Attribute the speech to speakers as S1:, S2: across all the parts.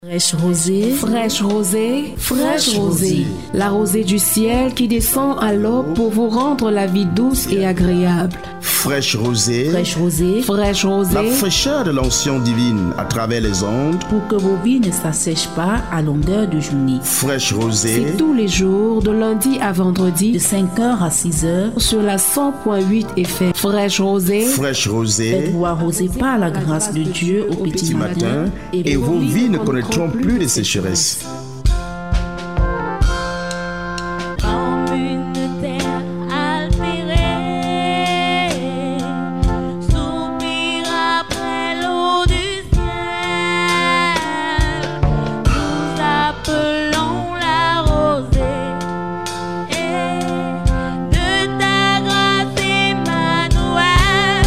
S1: Fraîche rosée, fraîche rosée, fraîche rosée. La rosée du ciel qui descend à l'aube pour vous rendre la vie douce et agréable.
S2: Fraîche rosée,
S1: Fraîche rosée, fraîche rosée.
S2: la fraîcheur de l'onction divine à travers les ondes.
S3: Pour que vos vies ne s'assèchent pas à longueur de journée.
S2: Fraîche rosée,
S1: C'est tous les jours de lundi à vendredi
S3: De 5h à 6h,
S1: sur la 100.8 FM. Fraîche rosée,
S2: fraîche rosée,
S3: faites-vous arroser par la grâce de Dieu au petit matin
S2: et vos vies ne connaîtront plus de sécheresse.
S4: Comme une terre altérée, soupire après l'eau du ciel. Nous appelons la rosée et de ta grâce Emmanuel.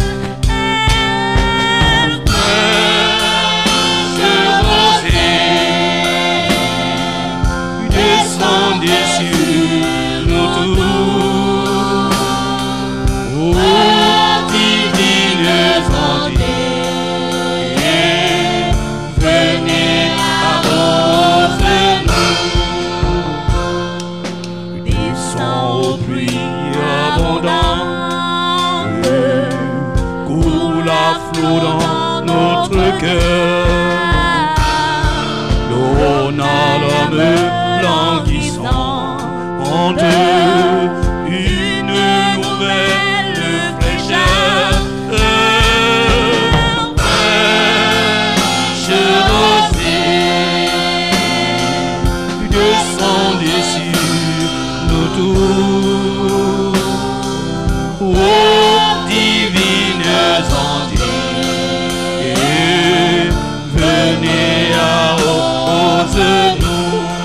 S5: Descendez sur nous tous, ô divines ondes, venez arroser-nous. Descends aux pluies abondantes, coule à flot dans notre cœur. L'eau n'a l'homme languissante, une nouvelle fraîcheur. Fraîche rosée, descendez sur nous tous, ô divines ondes, venez arroser-nous.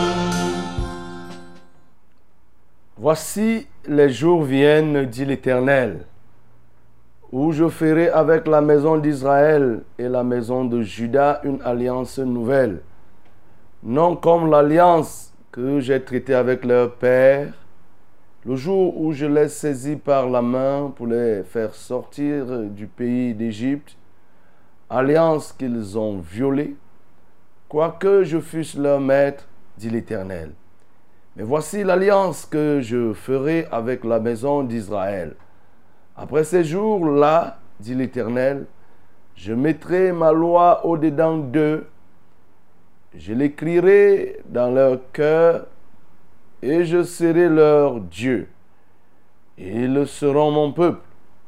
S6: Voici les jours viennent, dit l'Éternel, où je ferai avec la maison d'Israël et la maison de Juda une alliance nouvelle, non comme l'alliance que j'ai traitée avec leur père, le jour où je les saisis par la main pour les faire sortir du pays d'Égypte, alliance qu'ils ont violée, quoique je fusse leur maître, dit l'Éternel. Mais voici l'alliance que je ferai avec la maison d'Israël. Après ces jours-là, dit l'Éternel, je mettrai ma loi au-dedans d'eux, je l'écrirai dans leur cœur, et je serai leur Dieu, et ils seront mon peuple.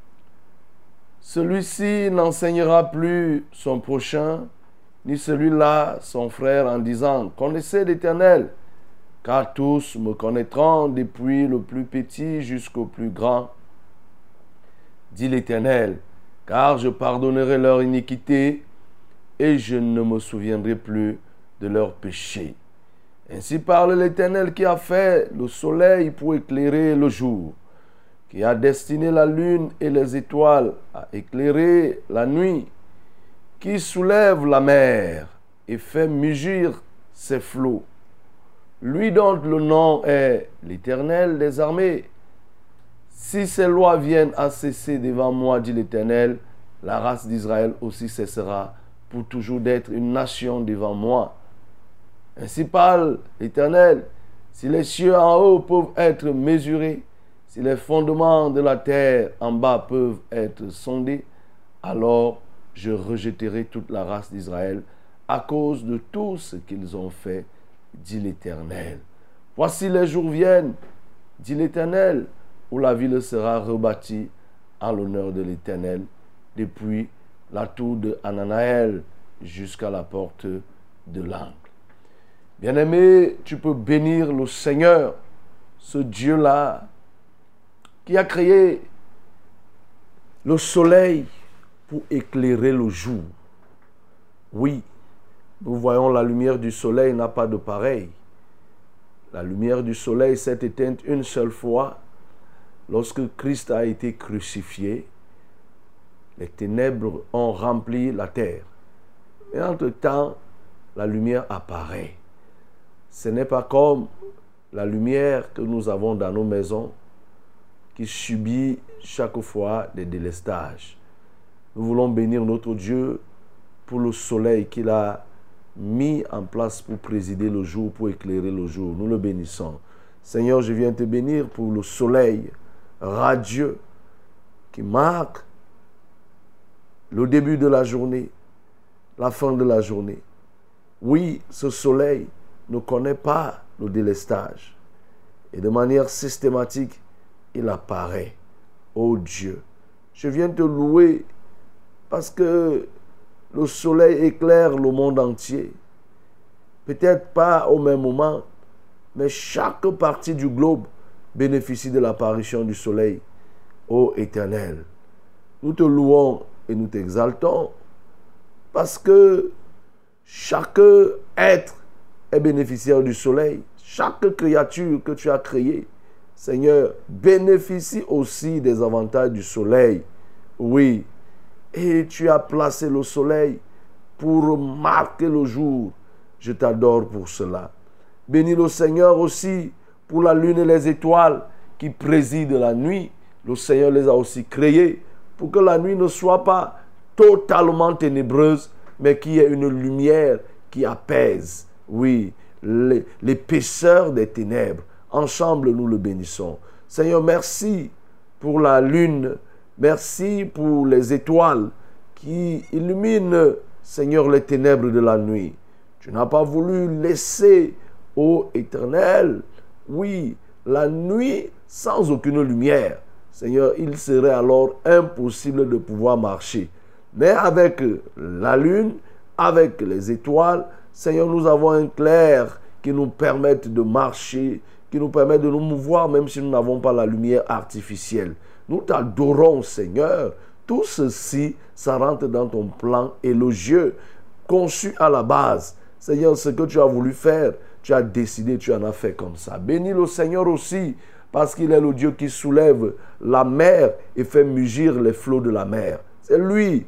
S6: Celui-ci n'enseignera plus son prochain, ni celui-là son frère, en disant, connaissez l'Éternel, car tous me connaîtront depuis le plus petit jusqu'au plus grand, dit l'Éternel, car je pardonnerai leur iniquité et je ne me souviendrai plus de leurs péchés. Ainsi parle l'Éternel qui a fait le soleil pour éclairer le jour, qui a destiné la lune et les étoiles à éclairer la nuit, qui soulève la mer et fait mugir ses flots. Lui dont le nom est l'Éternel des armées. Si ces lois viennent à cesser devant moi, dit l'Éternel, la race d'Israël aussi cessera pour toujours d'être une nation devant moi. Ainsi parle l'Éternel, si les cieux en haut peuvent être mesurés, si les fondements de la terre en bas peuvent être sondés, alors je rejetterai toute la race d'Israël à cause de tout ce qu'ils ont fait, dit l'Éternel. Voici les jours viennent, dit l'Éternel, où la ville sera rebâtie en l'honneur de l'Éternel, depuis la tour de Hananaël jusqu'à la porte de l'angle. Bien-aimé, tu peux bénir le Seigneur, ce Dieu-là, qui a créé le soleil pour éclairer le jour. Oui, nous voyons la lumière du soleil n'a pas de pareil. La lumière du soleil s'est éteinte une seule fois lorsque Christ a été crucifié. Les ténèbres ont rempli la terre. Et entre-temps, la lumière apparaît. Ce n'est pas comme la lumière que nous avons dans nos maisons qui subit chaque fois des délestages. Nous voulons bénir notre Dieu pour le soleil qu'il a mis en place pour présider le jour, pour éclairer le jour. Nous le bénissons. Seigneur, je viens te bénir pour le soleil radieux qui marque le début de la journée, la fin de la journée. Oui, ce soleil ne connaît pas le délestage. Et de manière systématique, il apparaît. Oh Dieu, je viens te louer parce que le soleil éclaire le monde entier. Peut-être pas au même moment, mais chaque partie du globe bénéficie de l'apparition du soleil. Ô Éternel, nous te louons et nous t'exaltons parce que chaque être est bénéficiaire du soleil. Chaque créature que tu as créée, Seigneur, bénéficie aussi des avantages du soleil. Oui, et tu as placé le soleil pour marquer le jour. Je t'adore pour cela. Bénis le Seigneur aussi pour la lune et les étoiles qui président la nuit. Le Seigneur les a aussi créés pour que la nuit ne soit pas totalement ténébreuse, mais qu'il y ait une lumière qui apaise. Oui, l'épaisseur des ténèbres. Ensemble, nous le bénissons. Seigneur, merci pour la lune. Merci pour les étoiles qui illuminent, Seigneur, les ténèbres de la nuit. Tu n'as pas voulu laisser, ô Éternel, oui, la nuit sans aucune lumière. Seigneur, il serait alors impossible de pouvoir marcher. Mais avec la lune, avec les étoiles, Seigneur, nous avons un clair qui nous permette de marcher, qui nous permet de nous mouvoir même si nous n'avons pas la lumière artificielle. Nous t'adorons, Seigneur. Tout ceci, ça rentre dans ton plan élogieux, conçu à la base. Seigneur, ce que tu as voulu faire, tu as décidé, tu en as fait comme ça. Bénis le Seigneur aussi, parce qu'il est le Dieu qui soulève la mer et fait mugir les flots de la mer. C'est lui.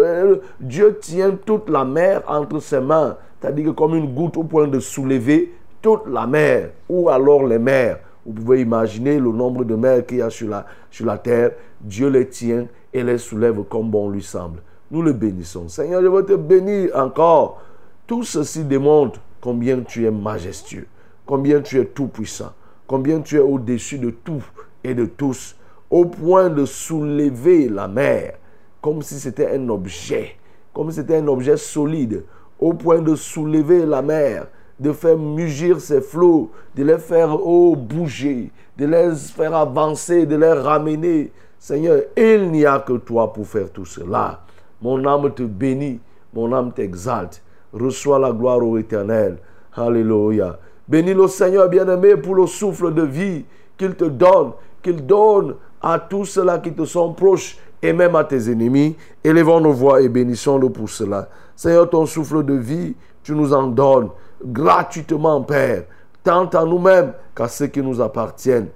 S6: Dieu tient toute la mer entre ses mains. C'est-à-dire que comme une goutte au point de soulever toute la mer, ou alors les mers. Vous pouvez imaginer le nombre de mers qu'il y a sur la terre. Dieu les tient et les soulève comme bon lui semble. Nous le bénissons. Seigneur, je veux te bénir encore. Tout ceci démontre combien tu es majestueux, combien tu es tout-puissant, combien tu es au-dessus de tout et de tous, au point de soulever la mer, comme si c'était un objet, comme si c'était un objet solide, au point de soulever la mer, de faire mugir ses flots, de les faire bouger, de les faire avancer, de les ramener. Seigneur, il n'y a que toi pour faire tout cela. Mon âme te bénit, mon âme t'exalte. Reçois la gloire au Éternel. Alléluia. Bénis le Seigneur bien-aimé pour le souffle de vie qu'il te donne, qu'il donne à tous ceux-là qui te sont proches et même à tes ennemis. Élevons nos voix et bénissons-le pour cela. Seigneur, ton souffle de vie, tu nous en donnes gratuitement, Père, tant à nous-mêmes qu'à ceux qui nous appartiennent,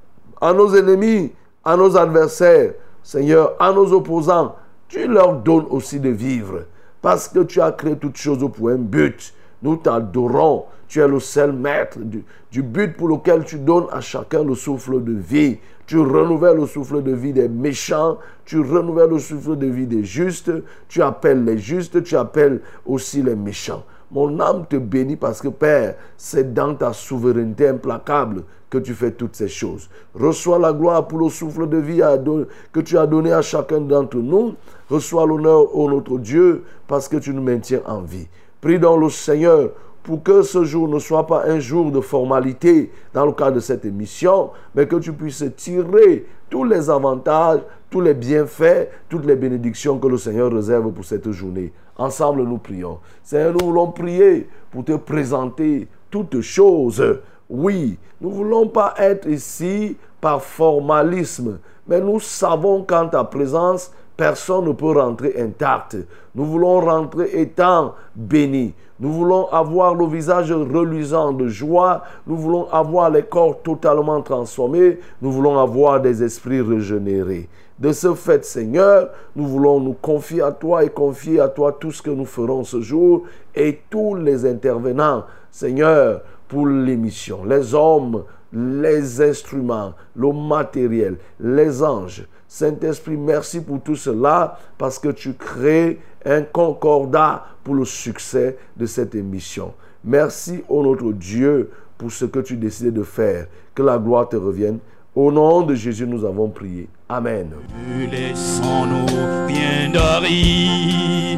S6: à nos ennemis, à nos adversaires, Seigneur, à nos opposants. Tu leur donnes aussi de vivre, parce que tu as créé toutes choses pour un but. Nous t'adorons. Tu es le seul maître du but pour lequel tu donnes à chacun le souffle de vie. Tu renouvelles le souffle de vie des méchants. Tu renouvelles le souffle de vie des justes. Tu appelles les justes. Tu appelles aussi les méchants. Mon âme te bénit parce que, Père, c'est dans ta souveraineté implacable que tu fais toutes ces choses. Reçois la gloire pour le souffle de vie que tu as donné à chacun d'entre nous. Reçois l'honneur, ô notre Dieu, parce que tu nous maintiens en vie. Prie donc le Seigneur pour que ce jour ne soit pas un jour de formalité dans le cadre de cette émission, mais que tu puisses tirer tous les avantages, tous les bienfaits, toutes les bénédictions que le Seigneur réserve pour cette journée. Ensemble, nous prions. Seigneur, nous voulons prier pour te présenter toutes choses. Oui, nous ne voulons pas être ici par formalisme, mais nous savons qu'en ta présence, personne ne peut rentrer intact. Nous voulons rentrer étant bénis. Nous voulons avoir le visage reluisant de joie. Nous voulons avoir les corps totalement transformés. Nous voulons avoir des esprits régénérés. De ce fait, Seigneur, nous voulons nous confier à toi et confier à toi tout ce que nous ferons ce jour et tous les intervenants, Seigneur, pour l'émission. Les hommes, les instruments, le matériel, les anges. Saint-Esprit, merci pour tout cela parce que tu crées un concordat pour le succès de cette émission. Merci, ô notre Dieu, pour ce que tu décides de faire. Que la gloire te revienne. Au nom de Jésus, nous avons prié. Amen.
S5: Laissons-nous bien d'aride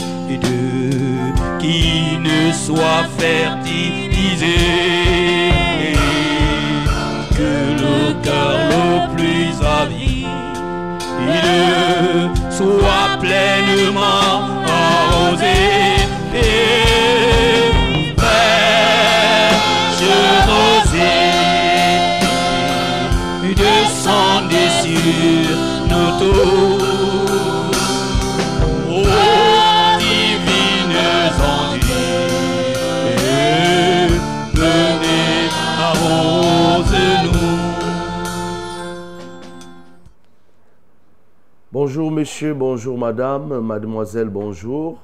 S5: qui ne soit fertilisé, que le cœur le plus avide soit pleinement arrosé. Descendez sur nos tours, ô divines ondes, venez arrose-nous.
S6: Bonjour monsieur, bonjour madame, mademoiselle, bonjour.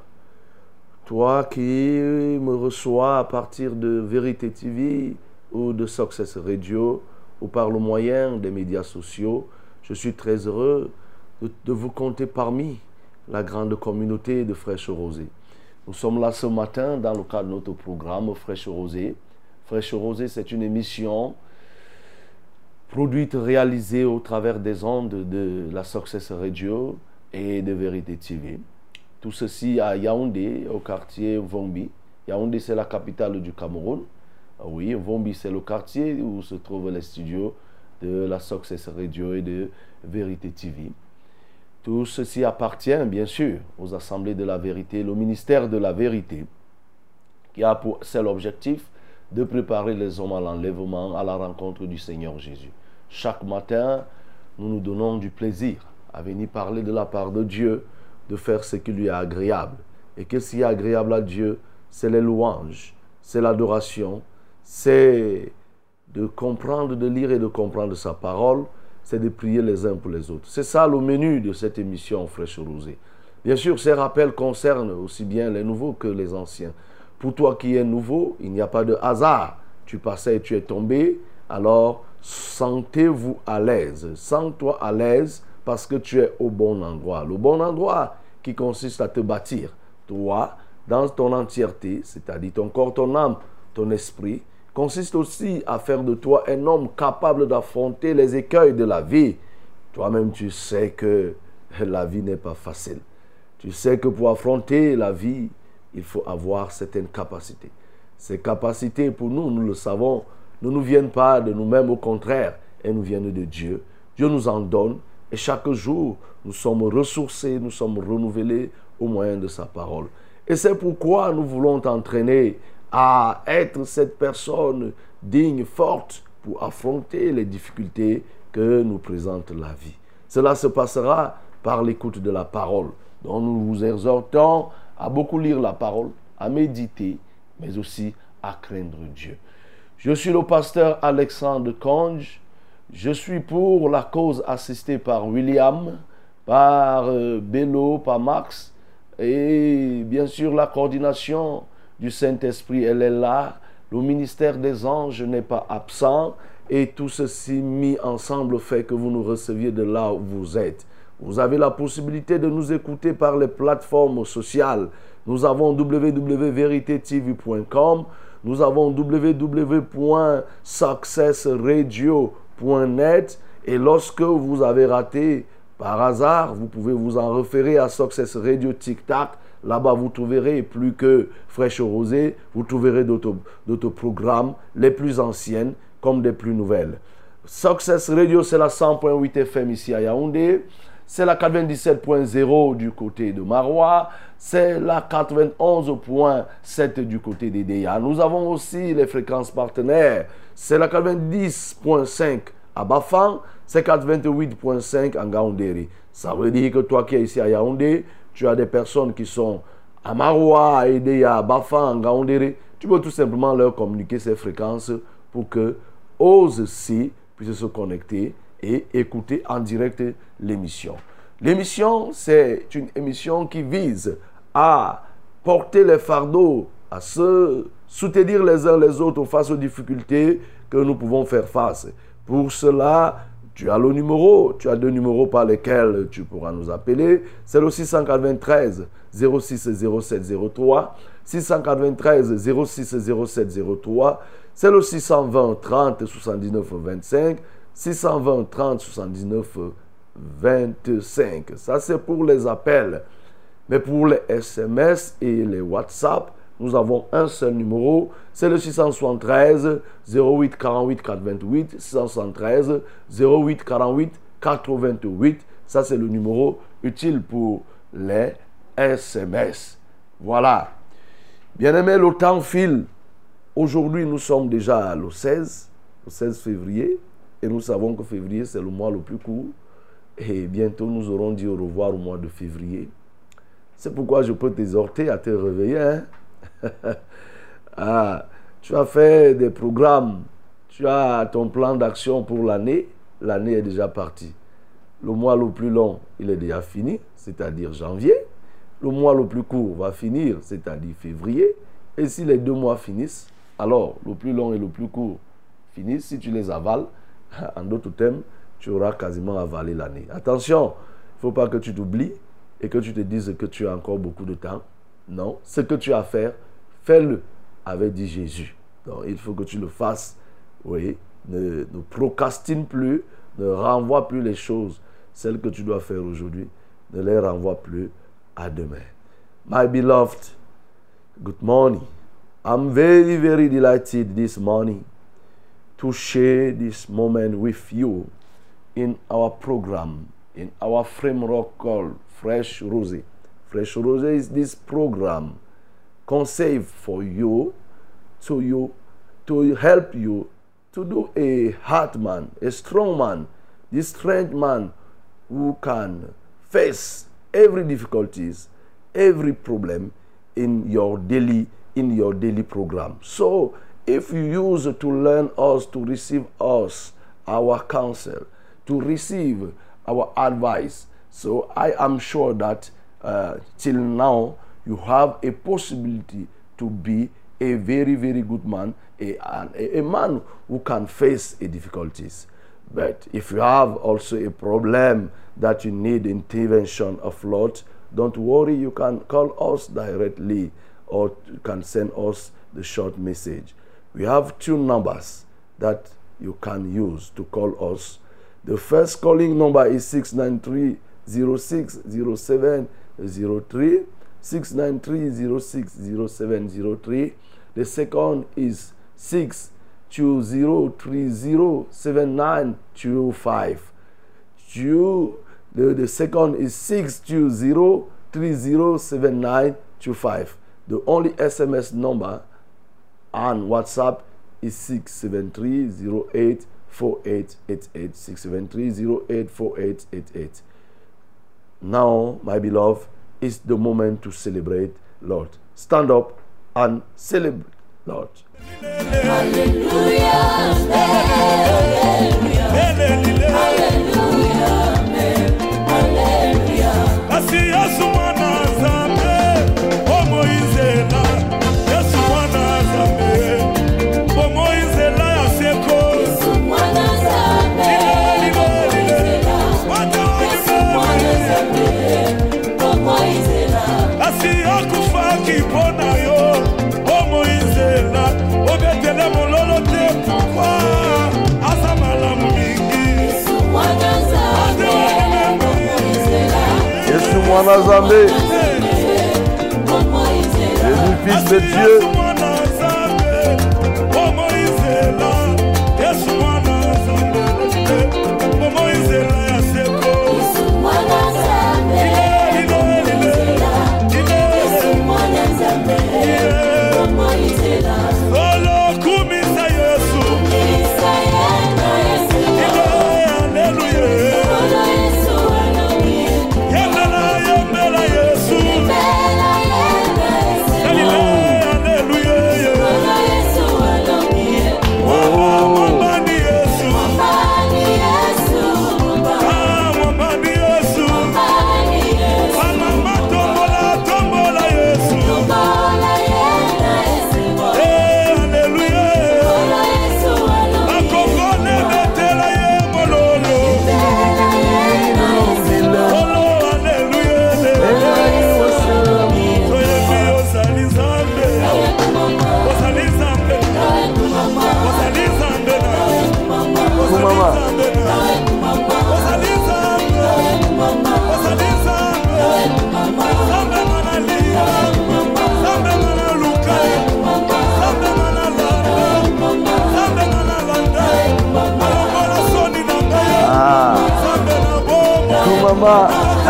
S6: Toi qui me reçois à partir de Vérité TV ou de Success Radio, ou par le moyen des médias sociaux, je suis très heureux de vous compter parmi la grande communauté de Fraîche Rosée. Nous sommes là ce matin dans le cadre de notre programme Fraîche Rosée. Fraîche Rosée, c'est une émission produite, réalisée au travers des ondes de la Success Radio et de Vérité TV. Tout ceci à Yaoundé, au quartier Vombi. Yaoundé, c'est la capitale du Cameroun. Oui, Vombi, c'est le quartier où se trouvent les studios de la Success Radio et de Vérité TV. Tout ceci appartient, bien sûr, aux Assemblées de la Vérité, le ministère de la Vérité, qui a pour seul objectif de préparer les hommes à l'enlèvement, à la rencontre du Seigneur Jésus. Chaque matin, nous nous donnons du plaisir à venir parler de la part de Dieu, de faire ce qui lui est agréable. Et qu'est-ce qui est agréable à Dieu? C'est les louanges, c'est l'adoration, c'est de comprendre, de lire et de comprendre sa parole, c'est de prier les uns pour les autres. C'est ça le menu de cette émission Fraîche Rosée. Bien sûr, ces rappels concernent aussi bien les nouveaux que les anciens. Pour toi qui es nouveau, il n'y a pas de hasard. Tu passais et tu es tombé, alors sentez-vous à l'aise. Sens-toi à l'aise parce que tu es au bon endroit. Le bon endroit qui consiste à te bâtir, toi, dans ton entièreté, c'est-à-dire ton corps, ton âme, ton esprit, consiste aussi à faire de toi un homme capable d'affronter les écueils de la vie. Toi-même, tu sais que la vie n'est pas facile. Tu sais que pour affronter la vie, il faut avoir certaines capacités. Ces capacités, pour nous, nous le savons, ne nous viennent pas de nous-mêmes, au contraire, elles nous viennent de Dieu. Dieu nous en donne et chaque jour, nous sommes ressourcés, nous sommes renouvelés au moyen de sa parole. Et c'est pourquoi nous voulons t'entraîner à être cette personne digne, forte, pour affronter les difficultés que nous présente la vie. Cela se passera par l'écoute de la parole. Donc nous vous exhortons à beaucoup lire la parole, à méditer, mais aussi à craindre Dieu. Je suis le pasteur Alexandre Conge. Je suis pour la cause assistée par William, par Bello, par Max, et bien sûr la coordination du Saint-Esprit, elle est là. Le ministère des anges n'est pas absent. Et tout ceci mis ensemble fait que vous nous receviez de là où vous êtes. Vous avez la possibilité de nous écouter par les plateformes sociales. Nous avons www.veritetv.com. Nous avons www.successradio.net. Et lorsque vous avez raté, par hasard, vous pouvez vous en référer à Success Radio Tic-Tac. Là-bas, vous trouverez plus que Fraîche Rosée, vous trouverez d'autres programmes, les plus anciennes comme des plus nouvelles. Success Radio, c'est la 100.8 FM ici à Yaoundé. C'est la 97.0 du côté de Marois. C'est la 91.7 du côté d'Edea. Nous avons aussi les fréquences partenaires. C'est la 90.5 à Bafang. C'est 88.5 en Gaoundéry. Ça veut dire que toi qui es ici à Yaoundé, tu as des personnes qui sont à Maroua, à Edea, à Bafang, en Gaoundéry. Tu peux tout simplement leur communiquer ces fréquences pour que eux aussi puissent se connecter et écouter en direct l'émission. L'émission, c'est une émission qui vise à porter les fardeaux, à se soutenir les uns les autres face aux difficultés que nous pouvons faire face. Pour cela, tu as le numéro, tu as 2 numéros par lesquels tu pourras nous appeler. C'est le 693 06 07 03, 693 06 07 03, c'est le 620 30 79 25, 620 30 79 25. Ça, c'est pour les appels. Mais pour les SMS et les WhatsApp, nous avons un seul numéro, c'est le 673 08 48 428, 673 08 48 428. Ça, c'est le numéro utile pour les SMS. Voilà. Bien-aimés, le temps file. Aujourd'hui, nous sommes déjà le 16 février. Et nous savons que février, c'est le mois le plus court. Et bientôt, nous aurons dit au revoir au mois de février. C'est pourquoi je peux t'exhorter à te réveiller. Hein? Tu as fait des programmes. Tu as ton plan d'action pour l'année. L'année est déjà partie. Le mois le plus long, il est déjà fini, c'est-à-dire janvier. Le mois le plus court va finir, c'est-à-dire février. Et si les 2 mois finissent, alors le plus long et le plus court finissent. Si tu les avales, en d'autres termes, tu auras quasiment avalé l'année. Attention, il ne faut pas que tu t'oublies et que tu te dises que tu as encore beaucoup de temps. Non, ce que tu as à faire, fais-le, avait dit Jésus. Donc, il faut que tu le fasses. Oui, ne procrastine plus, ne renvoie plus les choses. Celles que tu dois faire aujourd'hui, ne les renvoie plus à demain. My beloved, good morning. I'm very, very delighted this morning to share this moment with you in our program, in our framework called Fresh Rosé. Fresh Rosé is this program conceived for you, to help you to do a hard man, a strong man, this strength man who can face every difficulties, every problem in your daily program. So if you use to learn us, to receive us, our counsel, to receive our advice, so I am sure that till now you have a possibility to be a very, very good man, a man who can face difficulties. But if you have also a problem that you need intervention of Lord, don't worry, you can call us directly or you can send us the short message. We have 2 numbers that you can use to call us. The first calling number is 693 06 07 03, 693 06 07 03. The second is 620307925. The second is 620307925. The only SMS number on WhatsApp is 673084888. 673084888. Now, my beloved, is the moment to celebrate, Lord. Stand up and celebrate, Lord.
S4: Hallelujah, hallelujah, hallelujah, hallelujah.
S5: Asi Yesu mwana zambe, omo izela. Yesu mwana zambe, omo izela ya seko.
S4: Yesu mwana zambe, omo izela. Yesu mwana zambe, omo izela.
S5: Asi akufa kipona yo, omo izela. Obetele mololo te kwa, azamala mingi.
S4: Yesu mwana zambe, omo izela.
S6: Yesu mwana zambe, Jésus fils de Dieu.
S5: Hallelujah.
S6: Mama.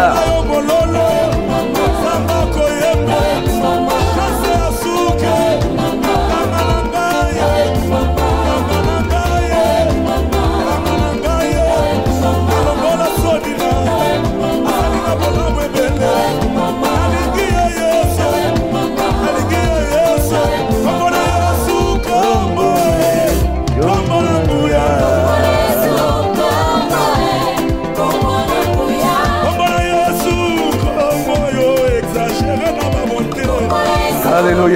S6: Alléluia.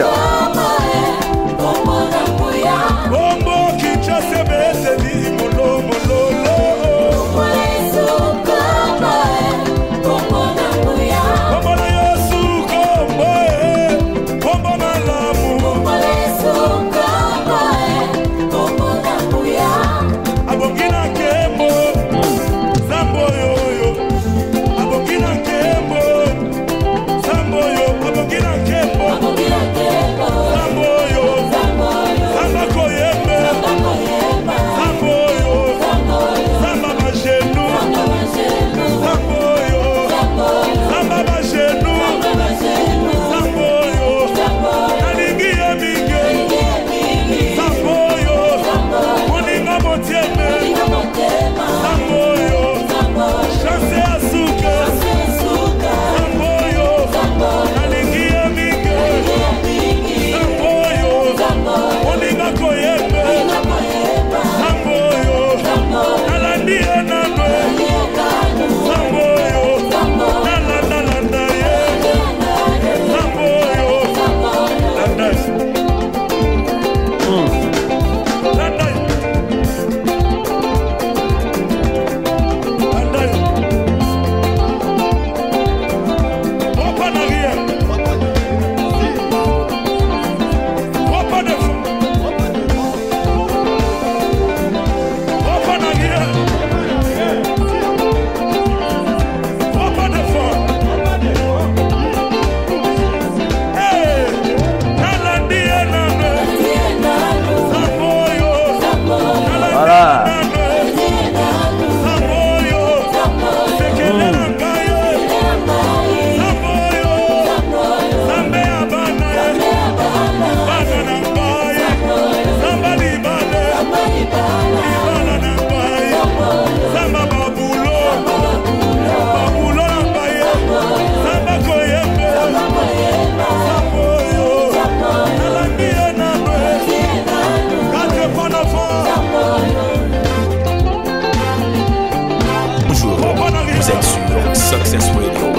S7: Success Radio.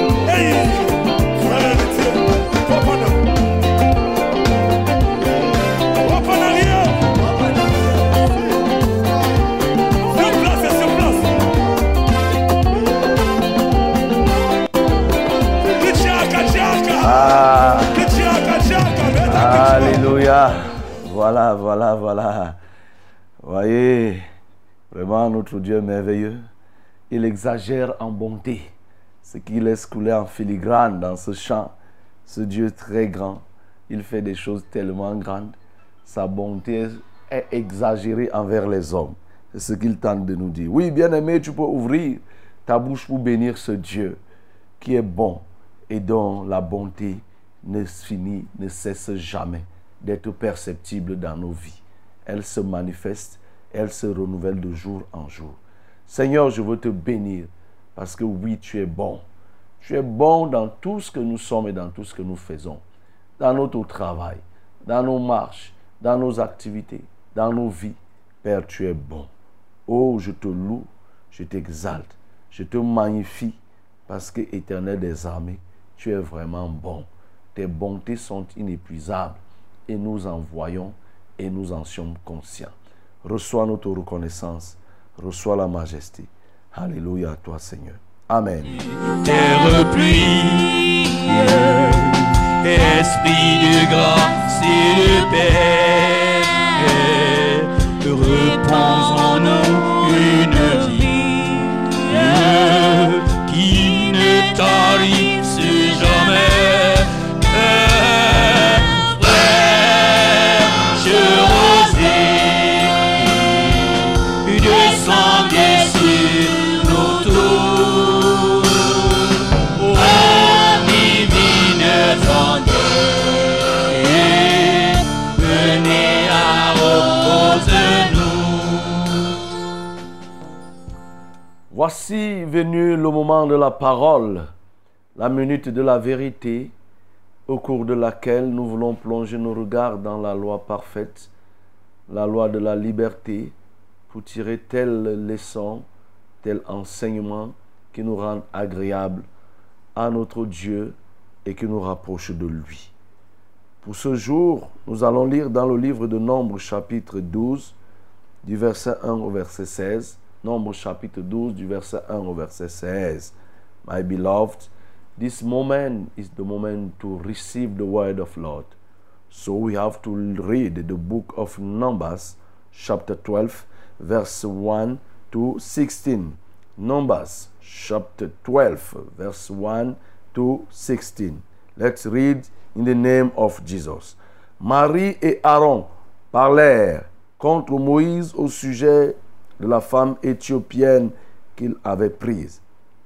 S6: Alléluia. Voilà. Voyez, vraiment notre Dieu est merveilleux. Il exagère en bonté. Ce qui laisse couler en filigrane dans ce chant. Ce Dieu très grand, il fait des choses tellement grandes. Sa bonté est exagérée envers les hommes. C'est ce qu'il tente de nous dire. Oui, bien-aimé, tu peux ouvrir ta bouche pour bénir ce Dieu qui est bon et dont la bonté ne finit, ne cesse jamais d'être perceptible dans nos vies. Elle se manifeste, elle se renouvelle de jour en jour. Seigneur, je veux te bénir parce que oui, tu es bon. Tu es bon dans tout ce que nous sommes et dans tout ce que nous faisons. Dans notre travail, dans nos marches, dans nos activités, dans nos vies. Père, tu es bon. Oh, je te loue, je t'exalte, je te magnifie parce que, Éternel des armées, tu es vraiment bon. Tes bontés sont inépuisables et nous en voyons et nous en sommes conscients. Reçois notre reconnaissance. Reçois la majesté. Alléluia à toi, Seigneur. Amen.
S5: Terre pluie, esprit de grâce et de paix, reprends en nous une vie qui ne tarisse jamais. Fraîche rosée, descendez sur nos tours.
S6: Voici venu le moment de la parole, la minute de la vérité, au cours de laquelle nous voulons plonger nos regards dans la loi parfaite, la loi de la liberté, pour tirer telle leçon, tel enseignement qui nous rend agréables à notre Dieu et qui nous rapproche de lui. Pour ce jour, nous allons lire dans le livre de Nombres chapitre 12, du verset 1 au verset 16. Nombres chapitre 12, du verset 1 au verset 16. My beloved, this moment is the moment to receive the word of Lord. So we have to read the book of Numbers, chapter 12, verse 1 to 16. Numbers, chapter 12, verse 1 to 16. Let's read in the name of Jesus. Marie et Aaron parlèrent contre Moïse au sujet de la femme éthiopienne qu'il avait prise,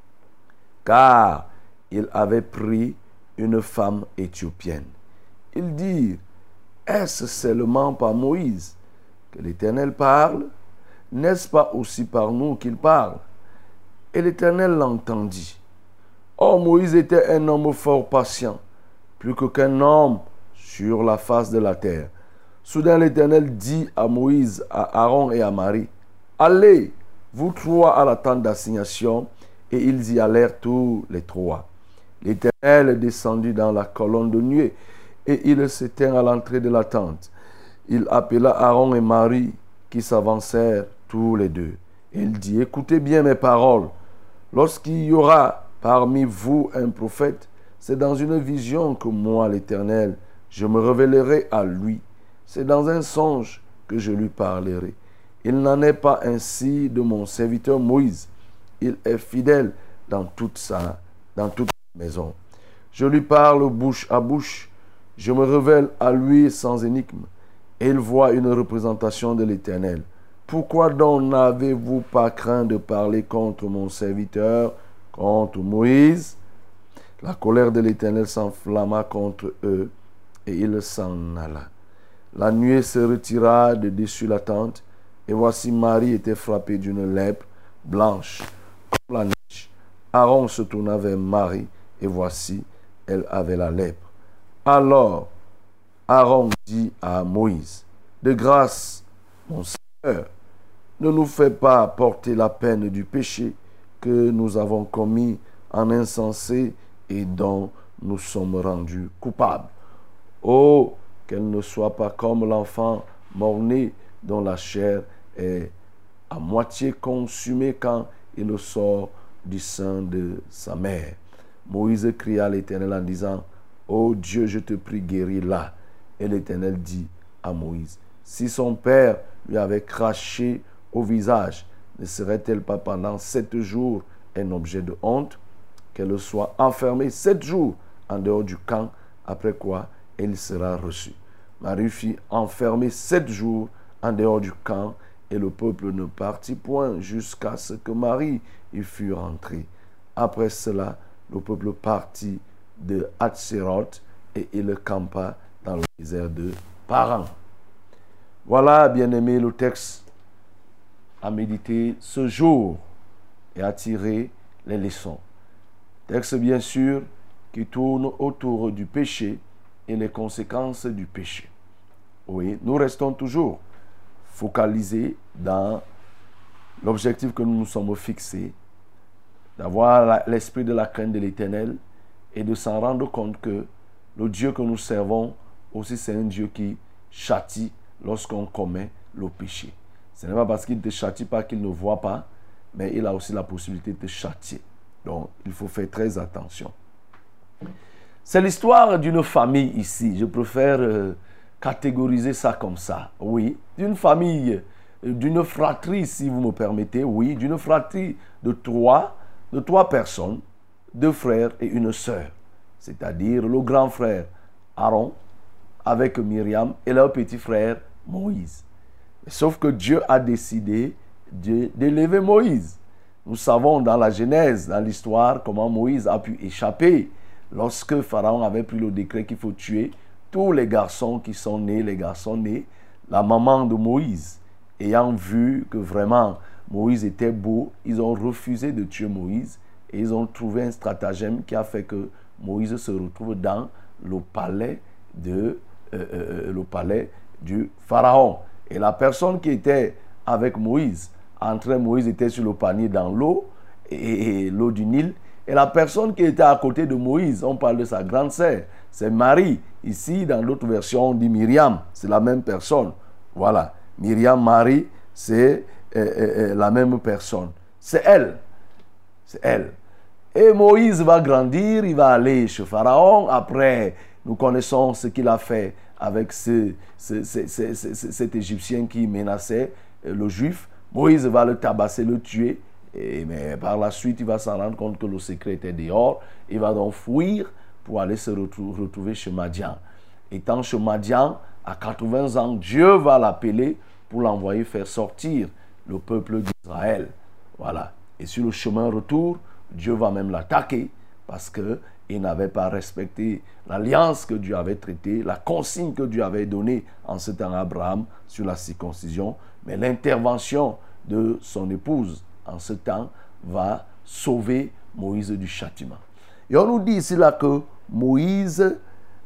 S6: car il avait pris une femme éthiopienne. Ils dirent: est-ce seulement par Moïse que l'Éternel parle? N'est-ce pas aussi par nous qu'il parle? Et l'Éternel l'entendit. Or Moïse était un homme fort patient, plus qu'aucun homme sur la face de la terre. Soudain l'Éternel dit à Moïse, à Aaron et à Marie: allez, vous trois, à la tente d'assignation. Et ils y allèrent tous les trois. L'Éternel descendit dans la colonne de nuée, et il se tint à l'entrée de la tente. Il appela Aaron et Marie, qui s'avancèrent tous les deux. Et il dit: écoutez bien mes paroles. Lorsqu'il y aura parmi vous un prophète, c'est dans une vision que moi, l'Éternel, je me révélerai à lui. C'est dans un songe que je lui parlerai. Il n'en est pas ainsi de mon serviteur Moïse. Il est fidèle dans toute sa maison. Je lui parle bouche à bouche. Je me révèle à lui sans énigme. Et il voit une représentation de l'Éternel. Pourquoi donc n'avez-vous pas craint de parler contre mon serviteur, contre Moïse? La colère de l'Éternel s'enflamma contre eux, et il s'en alla. La nuée se retira de dessus la tente, et voici Marie était frappée d'une lèpre blanche comme la neige. Aaron se tourna vers Marie, et voici, elle avait la lèpre. Alors Aaron dit à Moïse: de grâce, mon Seigneur, ne nous fais pas porter la peine du péché que nous avons commis en insensé et dont nous sommes rendus coupables. Oh, qu'elle ne soit pas comme l'enfant mort-né dont la chair est à moitié consumée quand il sort du sein de sa mère. Moïse cria à l'Éternel en disant: ô Dieu, je te prie, guéris-la. Et l'Éternel dit à Moïse: si son père lui avait craché au visage, ne serait-elle pas pendant 7 jours un objet de honte? Qu'elle soit enfermée 7 jours en dehors du camp, après quoi elle sera reçue. Marie fut enfermée 7 jours en dehors du camp, et le peuple ne partit point jusqu'à ce que Marie y fût rentrée. Après cela, le peuple partit de Hatséroth et il campa dans le désert de Paran. Voilà, bien-aimés, le texte à méditer ce jour et à tirer les leçons. Texte, bien sûr, qui tourne autour du péché et les conséquences du péché. Oui, nous restons toujours focalisés dans l'objectif que nous nous sommes fixés, d'avoir l'esprit de la crainte de l'Éternel et de s'en rendre compte que le Dieu que nous servons aussi, c'est un Dieu qui châtie lorsqu'on commet le péché. Ce n'est pas parce qu'il ne te châtie pas qu'il ne voit pas, mais il a aussi la possibilité de te châtier. Donc, il faut faire très attention. C'est l'histoire d'une famille ici. Je préfère catégoriser ça comme ça. Oui, d'une famille, d'une fratrie, si vous me permettez. Oui, d'une fratrie de trois personnes, 2 frères et une sœur. C'est-à-dire le grand frère Aaron avec Myriam et leur petit frère Moïse. Sauf que Dieu a décidé d'élever Moïse. Nous savons dans la Genèse, dans l'histoire, comment Moïse a pu échapper lorsque Pharaon avait pris le décret qu'il faut tuer tous les garçons qui sont nés, les garçons nés. La maman de Moïse, ayant vu que vraiment Moïse était beau, ils ont refusé de tuer Moïse et ils ont trouvé un stratagème qui a fait que Moïse se retrouve dans le palais du Pharaon. Et la personne qui était avec Moïse, Moïse était sur le panier dans l'eau, et l'eau du Nil. Et la personne qui était à côté de Moïse, on parle de sa grande sœur, c'est Marie. Ici, dans l'autre version, on dit Myriam, c'est la même personne. Voilà, Myriam, Marie, c'est la même personne. C'est elle. C'est elle. Et Moïse va grandir, il va aller chez Pharaon. Après, nous connaissons ce qu'il a fait avec cet Égyptien qui menaçait le Juif. Moïse va le tabasser, le tuer. Mais par la suite, il va s'en rendre compte que le secret était dehors. Il va donc fuir pour aller se retrouver chez Madian. Étant chez Madian, à 80 ans, Dieu va l'appeler pour l'envoyer faire sortir le peuple d'Israël. Voilà. Et sur le chemin retour, Dieu va même l'attaquer parce qu'il n'avait pas respecté l'alliance que Dieu avait traitée, la consigne que Dieu avait donnée en ce temps à Abraham sur la circoncision. Mais l'intervention de son épouse en ce temps va sauver Moïse du châtiment. Et on nous dit ici là que Moïse,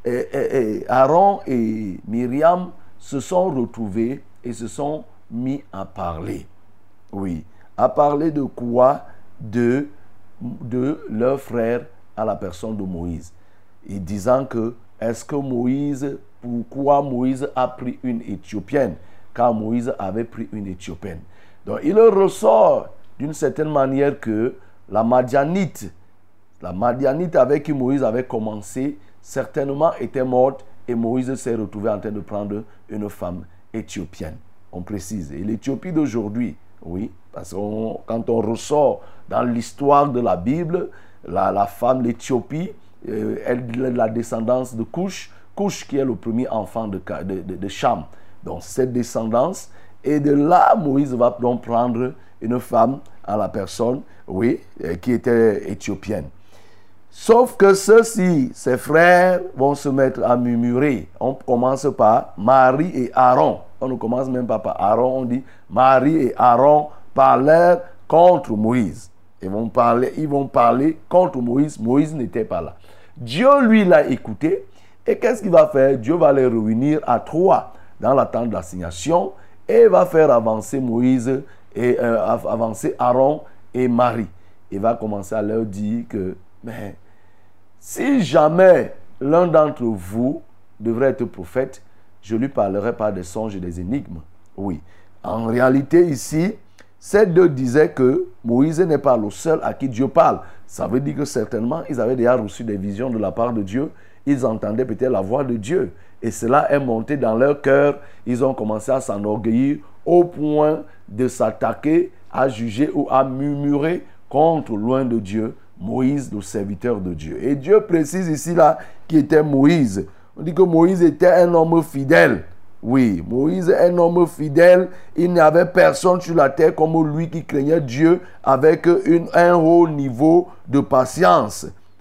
S6: Aaron et Myriam se sont retrouvés et se sont mis à parler. Oui, à parler de quoi? De leur frère à la personne de Moïse. Et disant que, pourquoi Moïse a pris une Éthiopienne? Car Moïse avait pris une Éthiopienne. Donc il ressort d'une certaine manière que la Madianite avec qui Moïse avait commencé, certainement était morte et Moïse s'est retrouvé en train de prendre une femme éthiopienne. On précise. Et l'Éthiopie d'aujourd'hui, oui, parce que quand on ressort dans l'histoire de la Bible, la femme, l'Éthiopie, elle est la descendance de Cush, qui est le premier enfant de Cham. Donc cette descendance, et de là, Moïse va donc prendre une femme à la personne, oui, qui était éthiopienne. Sauf que ceux-ci, ses frères, vont se mettre à murmurer. On commence par Marie et Aaron. On ne commence même pas par Aaron, on dit Marie et Aaron parlèrent contre Moïse. Ils vont parler contre Moïse. Moïse n'était pas là. Dieu, lui, l'a écouté. Et qu'est-ce qu'il va faire? Dieu va les réunir à trois dans la tente d'assignation et va faire avancer Moïse et avancer Aaron et Marie. Il va commencer à leur dire que, mais si jamais l'un d'entre vous devrait être prophète, je lui parlerai par des songes et des énigmes. Oui. En réalité, ici, ces deux disaient que Moïse n'est pas le seul à qui Dieu parle. Ça veut dire que certainement, ils avaient déjà reçu des visions de la part de Dieu. Ils entendaient peut-être la voix de Dieu. Et cela est monté dans leur cœur. Ils ont commencé à s'enorgueillir au point de s'attaquer, à juger ou à murmurer contre, loin de Dieu, Moïse, le serviteur de Dieu. Et Dieu précise ici là qui était Moïse. On dit que Moïse était un homme fidèle. Oui, Moïse est un homme fidèle. Il n'y avait personne sur la terre comme lui qui craignait Dieu avec un haut niveau de patience.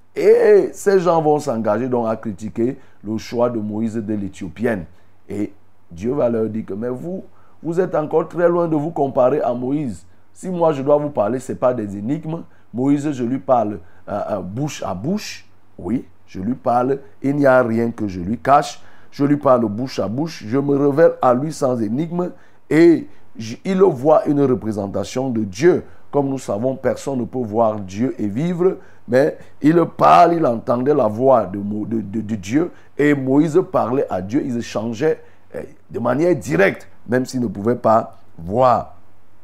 S6: Et ces gens vont s'engager donc à critiquer le choix de Moïse de l'Éthiopienne. Et Dieu va leur dire que mais vous êtes encore très loin de vous comparer à Moïse. Si moi je dois vous parler, ce n'est pas des énigmes. Moïse, je lui parle bouche à bouche. Oui, je lui parle. Il n'y a rien que je lui cache. Je lui parle bouche à bouche. Je me révèle à lui sans énigme. Et il voit une représentation de Dieu. Comme nous savons, personne ne peut voir Dieu et vivre. Mais il parle, il entendait la voix de Dieu. Et Moïse parlait à Dieu. Ils échangeaient de manière directe, même s'ils ne pouvaient pas voir.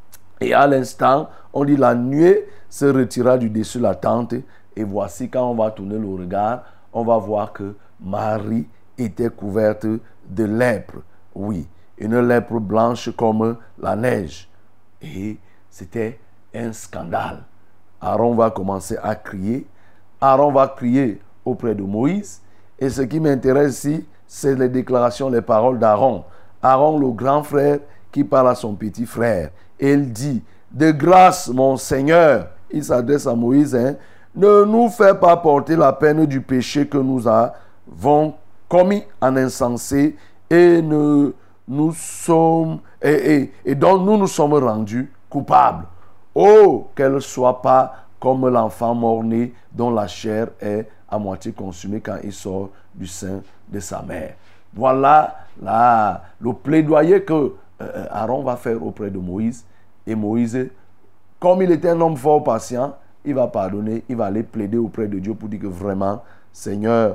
S6: Et à l'instant, on dit la nuée se retira du dessus de la tente. Et voici, quand on va tourner le regard, on va voir que Marie était couverte de lèpre. Oui, une lèpre blanche comme la neige. Et c'était un scandale. Aaron va commencer à crier. Aaron va crier auprès de Moïse. Et ce qui m'intéresse ici, c'est les déclarations, les paroles d'Aaron. Aaron, le grand frère, qui parle à son petit frère. Et il dit, de grâce, mon Seigneur, il s'adresse à Moïse, ne nous fais pas porter la peine du péché que nous avons commis en insensé et dont nous nous sommes rendus coupables. Oh, qu'elle ne soit pas comme l'enfant mort-né dont la chair est à moitié consumée quand il sort du sein de sa mère. Voilà le plaidoyer que Aaron va faire auprès de Moïse. Et Moïse, comme il était un homme fort patient, il va pardonner, il va aller plaider auprès de Dieu pour dire que vraiment, Seigneur,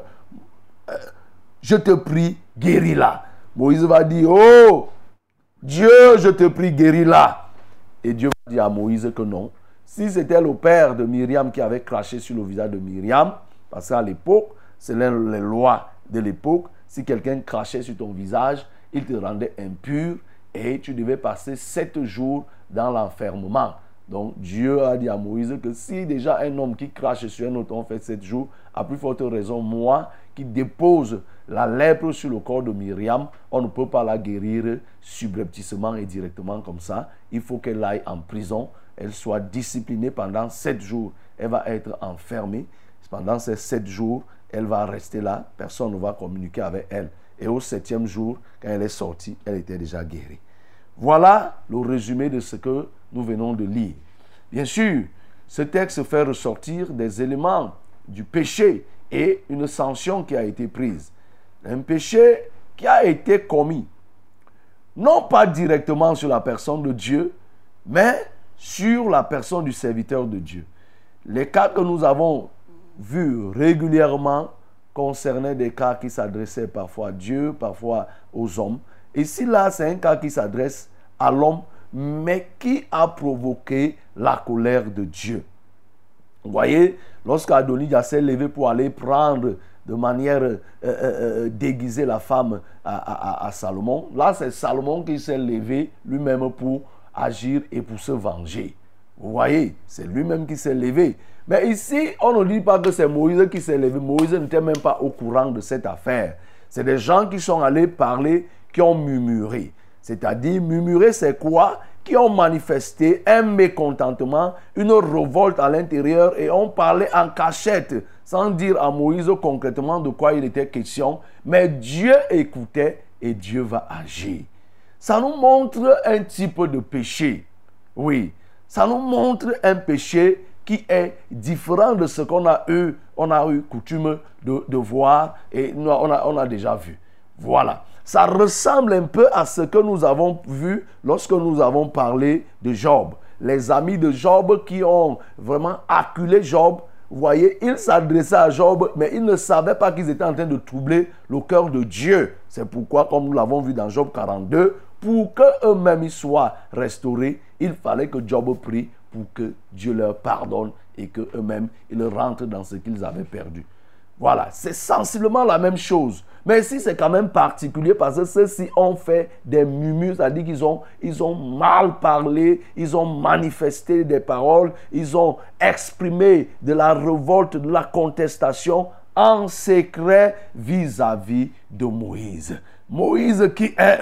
S6: je te prie, guéris-la. Moïse va dire, oh, Dieu, je te prie, guéris-la. Et Dieu va dire à Moïse que non. Si c'était le père de Myriam qui avait craché sur le visage de Myriam, parce qu'à l'époque, c'est les lois de l'époque, si quelqu'un crachait sur ton visage, il te rendait impur et tu devais passer 7 jours dans l'enfermement. Donc Dieu a dit à Moïse que si déjà un homme qui crache sur un autre homme fait 7 jours, à plus forte raison, moi qui dépose la lèpre sur le corps de Myriam, on ne peut pas la guérir subrepticement et directement comme ça. Il faut qu'elle aille en prison, elle soit disciplinée pendant 7 jours. Elle va être enfermée. Pendant ces 7 jours, elle va rester là, personne ne va communiquer avec elle. Et au 7e jour, quand elle est sortie, elle était déjà guérie. Voilà le résumé de ce que nous venons de lire. Bien sûr, ce texte fait ressortir des éléments du péché et une sanction qui a été prise. Un péché qui a été commis, non pas directement sur la personne de Dieu, mais sur la personne du serviteur de Dieu. Les cas que nous avons vus régulièrement concernaient des cas qui s'adressaient parfois à Dieu, parfois aux hommes. Ici, là, c'est un cas qui s'adresse à l'homme, mais qui a provoqué la colère de Dieu. Vous voyez, lorsqu'Adonijah s'est levé pour aller prendre de manière déguisée la femme à Salomon, là, c'est Salomon qui s'est levé lui-même pour agir et pour se venger. Vous voyez, c'est lui-même qui s'est levé. Mais ici, on ne dit pas que c'est Moïse qui s'est levé. Moïse n'était même pas au courant de cette affaire. C'est des gens qui sont allés parler, qui ont murmuré. C'est-à-dire, murmurer, c'est quoi? Qui ont manifesté un mécontentement, une révolte à l'intérieur et ont parlé en cachette, sans dire à Moïse concrètement de quoi il était question. Mais Dieu écoutait et Dieu va agir. Ça nous montre un type de péché. Oui, ça nous montre un péché qui est différent de ce qu'on a eu coutume de voir et on a déjà vu. Voilà. Ça ressemble un peu à ce que nous avons vu lorsque nous avons parlé de Job. Les amis de Job qui ont vraiment acculé Job, vous voyez, ils s'adressaient à Job, mais ils ne savaient pas qu'ils étaient en train de troubler le cœur de Dieu. C'est pourquoi, comme nous l'avons vu dans Job 42, pour qu'eux-mêmes ils soient restaurés, il fallait que Job prie pour que Dieu leur pardonne et qu'eux-mêmes ils rentrent dans ce qu'ils avaient perdu. Voilà, c'est sensiblement la même chose. Mais ici, c'est quand même particulier parce que ceux-ci ont fait des murmures, c'est-à-dire qu'ils ont mal parlé, ils ont manifesté des paroles, ils ont exprimé de la révolte, de la contestation en secret vis-à-vis de Moïse. Moïse qui est,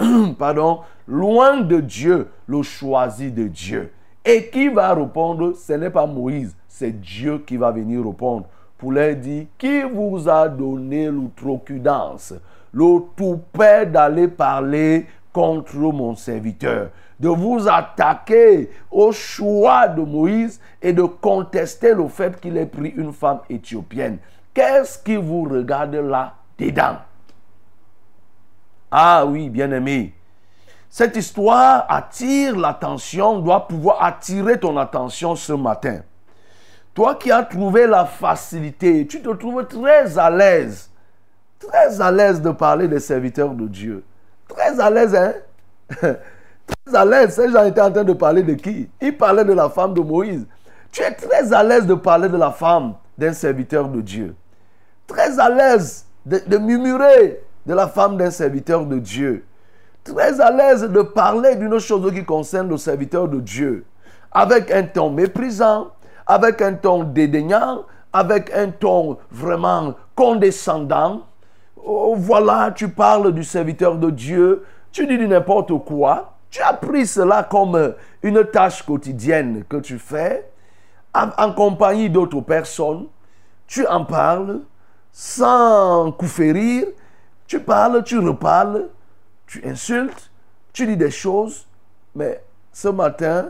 S6: loin de Dieu, le choisi de Dieu. Et qui va répondre? Ce n'est pas Moïse, c'est Dieu qui va venir répondre. Pour leur dire, qui vous a donné l'outrecuidance, le toupet d'aller parler contre mon serviteur, de vous attaquer au choix de Moïse et de contester le fait qu'il ait pris une femme éthiopienne. Qu'est-ce qui vous regarde là-dedans? Ah oui, bien-aimé, cette histoire attire l'attention, doit pouvoir attirer ton attention ce matin. Toi qui as trouvé la facilité, tu te trouves très à l'aise de parler des serviteurs de Dieu. Très à l'aise, hein? Très à l'aise. Ces gens étaient en train de parler de qui? Ils parlaient de la femme de Moïse. Tu es très à l'aise de parler de la femme d'un serviteur de Dieu. Très à l'aise de murmurer de la femme d'un serviteur de Dieu. Très à l'aise de parler d'une chose qui concerne le serviteur de Dieu. Avec un ton méprisant, avec un ton dédaignant, avec un ton vraiment condescendant. Oh, voilà, tu parles du serviteur de Dieu, tu dis du n'importe quoi. Tu as pris cela comme une tâche quotidienne que tu fais en compagnie d'autres personnes. Tu en parles sans coup férir. Tu parles, tu reparles, tu insultes, tu dis des choses. Mais ce matin,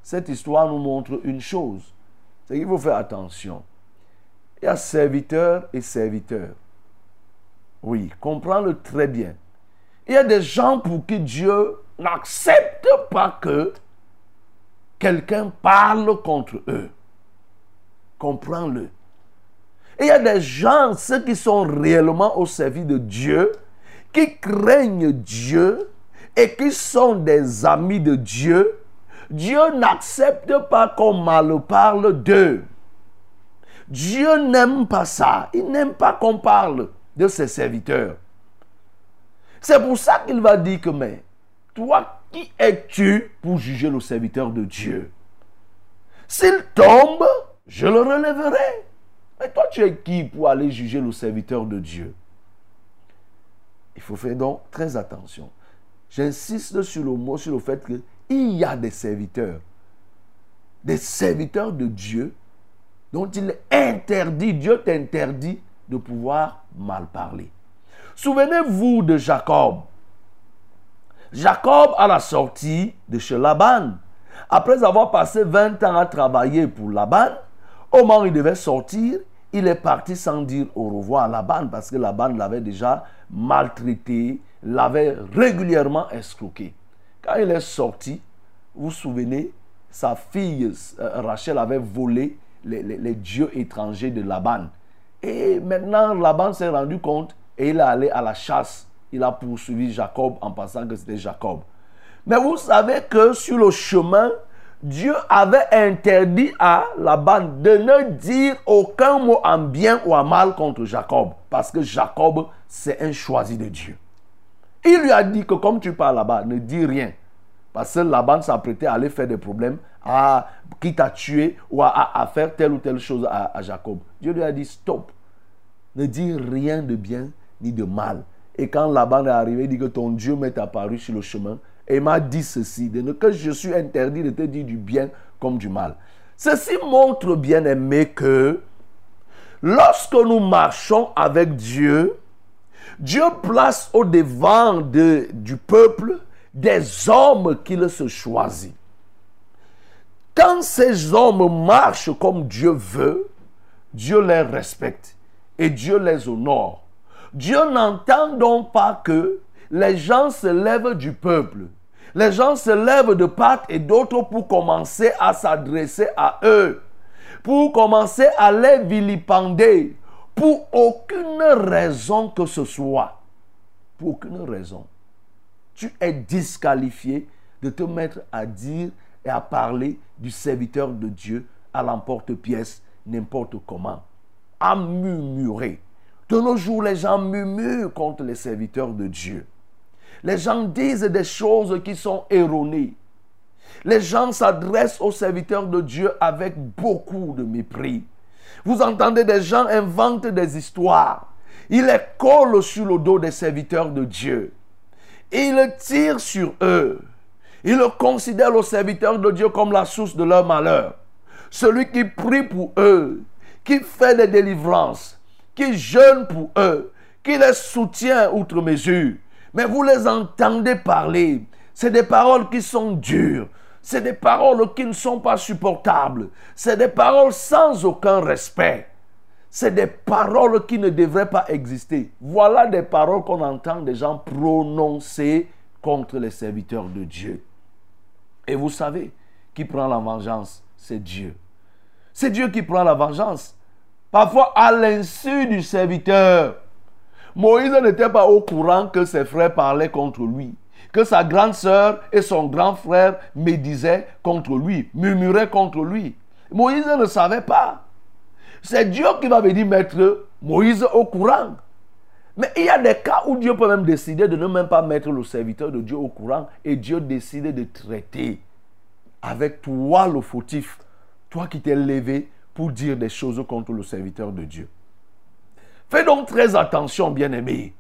S6: cette histoire nous montre une chose. C'est qu'il faut faire attention. Il y a serviteur et serviteur. Oui, comprends-le très bien. Il y a des gens pour qui Dieu n'accepte pas que quelqu'un parle contre eux. Comprends-le. Et il y a des gens, ceux qui sont réellement au service de Dieu, qui craignent Dieu et qui sont des amis de Dieu. Dieu n'accepte pas qu'on mal parle d'eux. Dieu n'aime pas ça. Il n'aime pas qu'on parle de ses serviteurs. C'est pour ça qu'il va dire que, mais, toi, qui es-tu pour juger le serviteur de Dieu? S'il tombe, je le relèverai. Mais toi, tu es qui pour aller juger le serviteur de Dieu? Il faut faire donc très attention. J'insiste sur le mot, sur le fait qu'il y a des serviteurs de Dieu, dont il est interdit, Dieu t'interdit de pouvoir mal parler. Souvenez-vous de Jacob. Jacob, à la sortie de chez Laban, après avoir passé 20 ans à travailler pour Laban, au moment où il devait sortir, il est parti sans dire au revoir à Laban, parce que Laban l'avait déjà maltraité, l'avait régulièrement escroqué. Quand il est sorti, vous vous souvenez, sa fille Rachel avait volé les dieux étrangers de Laban. Et maintenant, Laban s'est rendu compte et il est allé à la chasse. Il a poursuivi Jacob en pensant que c'était Jacob. Mais vous savez que sur le chemin, Dieu avait interdit à Laban de ne dire aucun mot en bien ou en mal contre Jacob. Parce que Jacob, c'est un choisi de Dieu. Il lui a dit que comme tu pars là-bas, ne dis rien. Parce que Laban s'apprêtait à aller faire des problèmes, qui t'a tué ou à faire telle ou telle chose à Jacob. Dieu lui a dit stop. Ne dis rien de bien ni de mal. Et quand Laban est arrivé, il dit que ton Dieu m'est apparu sur le chemin et m'a dit ceci, que je suis interdit de te dire du bien comme du mal. Ceci montre, bien aimé, que lorsque nous marchons avec Dieu, Dieu place au devant du peuple des hommes qu'il se choisit. Quand ces hommes marchent comme Dieu veut, Dieu les respecte et Dieu les honore. Dieu n'entend donc pas que les gens se lèvent du peuple. Les gens se lèvent de part et d'autre pour commencer à s'adresser à eux, pour commencer à les vilipender, pour aucune raison que ce soit. Pour aucune raison. Tu es disqualifié de te mettre à dire et à parler du serviteur de Dieu à l'emporte-pièce, n'importe comment. À murmurer. De nos jours, les gens murmurent contre les serviteurs de Dieu. Les gens disent des choses qui sont erronées. Les gens s'adressent aux serviteurs de Dieu avec beaucoup de mépris. Vous entendez des gens inventent des histoires. Ils les collent sur le dos des serviteurs de Dieu. Ils tirent sur eux. Ils considèrent le serviteur de Dieu comme la source de leur malheur. Celui qui prie pour eux, qui fait des délivrances, qui jeûne pour eux, qui les soutient outre mesure. Mais vous les entendez parler. C'est des paroles qui sont dures. C'est des paroles qui ne sont pas supportables. C'est des paroles sans aucun respect. C'est des paroles qui ne devraient pas exister. Voilà des paroles qu'on entend des gens prononcer contre les serviteurs de Dieu. Et vous savez, qui prend la vengeance, c'est Dieu. C'est Dieu qui prend la vengeance. Parfois à l'insu du serviteur. Moïse n'était pas au courant que ses frères parlaient contre lui. Que sa grande sœur et son grand frère médisaient contre lui, murmuraient contre lui. Moïse ne savait pas. C'est Dieu qui va venir mettre Moïse au courant. Mais il y a des cas où Dieu peut même décider de ne même pas mettre le serviteur de Dieu au courant et Dieu décide de traiter avec toi le fautif, toi qui t'es levé pour dire des choses contre le serviteur de Dieu. Fais donc très attention, bien-aimé.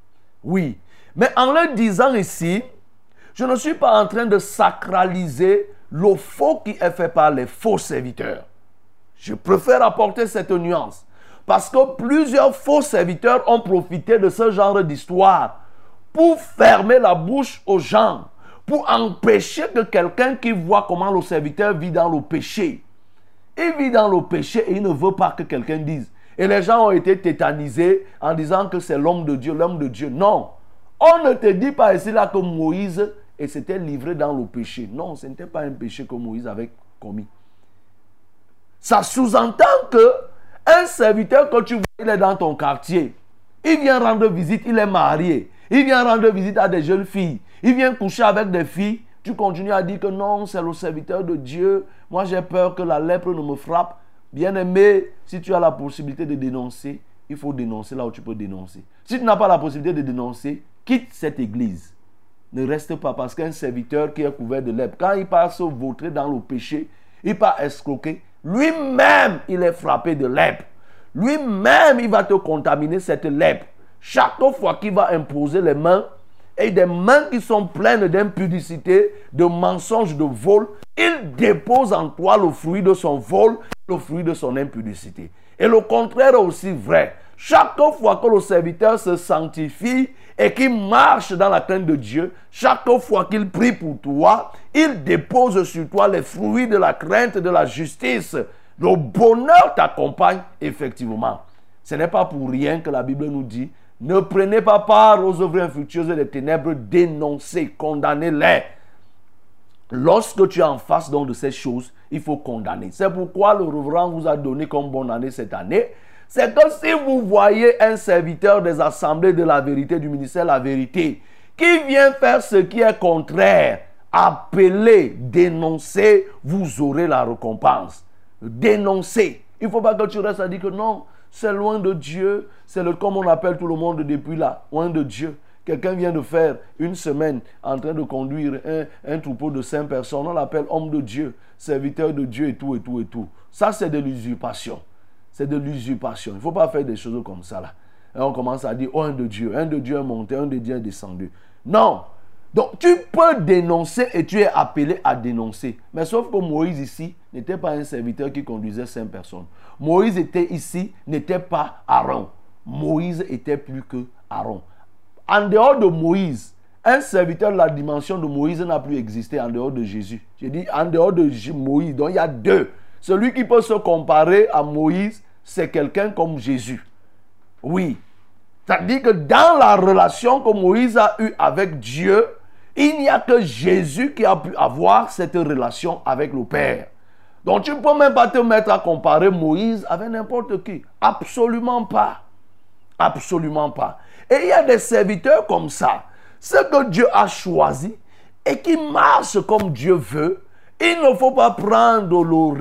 S6: Oui, mais en le disant ici, je ne suis pas en train de sacraliser le faux qui est fait par les faux serviteurs. Je préfère apporter cette nuance. Parce que plusieurs faux serviteurs ont profité de ce genre d'histoire pour fermer la bouche aux gens, pour empêcher que quelqu'un qui voit comment le serviteur vit dans le péché, il vit dans le péché et il ne veut pas que quelqu'un dise. Et les gens ont été tétanisés en disant que c'est l'homme de Dieu, l'homme de Dieu. Non, on ne te dit pas ici là que Moïse s'était livré dans le péché. Non, ce n'était pas un péché que Moïse avait commis. Ça sous-entend que un serviteur que tu vois, il est dans ton quartier. Il vient rendre visite, il est marié. Il vient rendre visite à des jeunes filles. Il vient coucher avec des filles. Tu continues à dire que non, c'est le serviteur de Dieu. Moi, j'ai peur que la lèpre ne me frappe. Bien-aimé, si tu as la possibilité de dénoncer, il faut dénoncer là où tu peux dénoncer. Si tu n'as pas la possibilité de dénoncer, quitte cette église. Ne reste pas, parce qu'un serviteur qui est couvert de lèpre, quand il part se vautrer dans le péché, il part escroquer, lui-même, il est frappé de lèpre. Lui-même, il va te contaminer cette lèpre. Chaque fois qu'il va imposer les mains, et des mains qui sont pleines d'impudicité, de mensonges, de vol, il dépose en toi le fruit de son vol, le fruit de son impudicité. Et le contraire est aussi vrai. Chaque fois que le serviteur se sanctifie et qu'il marche dans la crainte de Dieu, chaque fois qu'il prie pour toi, il dépose sur toi les fruits de la crainte, de la justice. Le bonheur t'accompagne effectivement. Ce n'est pas pour rien que la Bible nous dit: ne prenez pas part aux œuvres infructueuses des ténèbres, dénoncez, condamnez-les. Lorsque tu es en face donc de ces choses, il faut condamner. C'est pourquoi le reverend vous a donné comme bonne année cette année. C'est que si vous voyez un serviteur des assemblées de la vérité, du ministère de la vérité, qui vient faire ce qui est contraire, appelez, dénoncez, vous aurez la récompense. Dénoncez. Il ne faut pas que tu restes à dire que non, c'est loin de Dieu. C'est comme on appelle tout le monde depuis là, loin de Dieu. Quelqu'un vient de faire une semaine en train de conduire un troupeau de 5 personnes. On l'appelle homme de Dieu, serviteur de Dieu et tout, et tout, et tout. Ça, c'est de l'usurpation. C'est de l'usurpation. Il ne faut pas faire des choses comme ça là. Et on commence à dire, oh, un de Dieu est monté, un de Dieu est descendu. Non. Donc, tu peux dénoncer et tu es appelé à dénoncer. Mais sauf que Moïse ici n'était pas un serviteur qui conduisait 5 personnes. Moïse était ici, n'était pas Aaron. Moïse était plus que Aaron. En dehors de Moïse, un serviteur de la dimension de Moïse n'a plus existé en dehors de Jésus. J'ai dit en dehors de Moïse. Donc, il y a 2. Celui qui peut se comparer à Moïse, c'est quelqu'un comme Jésus. Oui. C'est-à-dire que dans la relation que Moïse a eue avec Dieu, il n'y a que Jésus qui a pu avoir cette relation avec le Père. Donc tu ne peux même pas te mettre à comparer Moïse avec n'importe qui. Absolument pas. Absolument pas. Et il y a des serviteurs comme ça. Ce que Dieu a choisi et qui marche comme Dieu veut, il ne faut pas prendre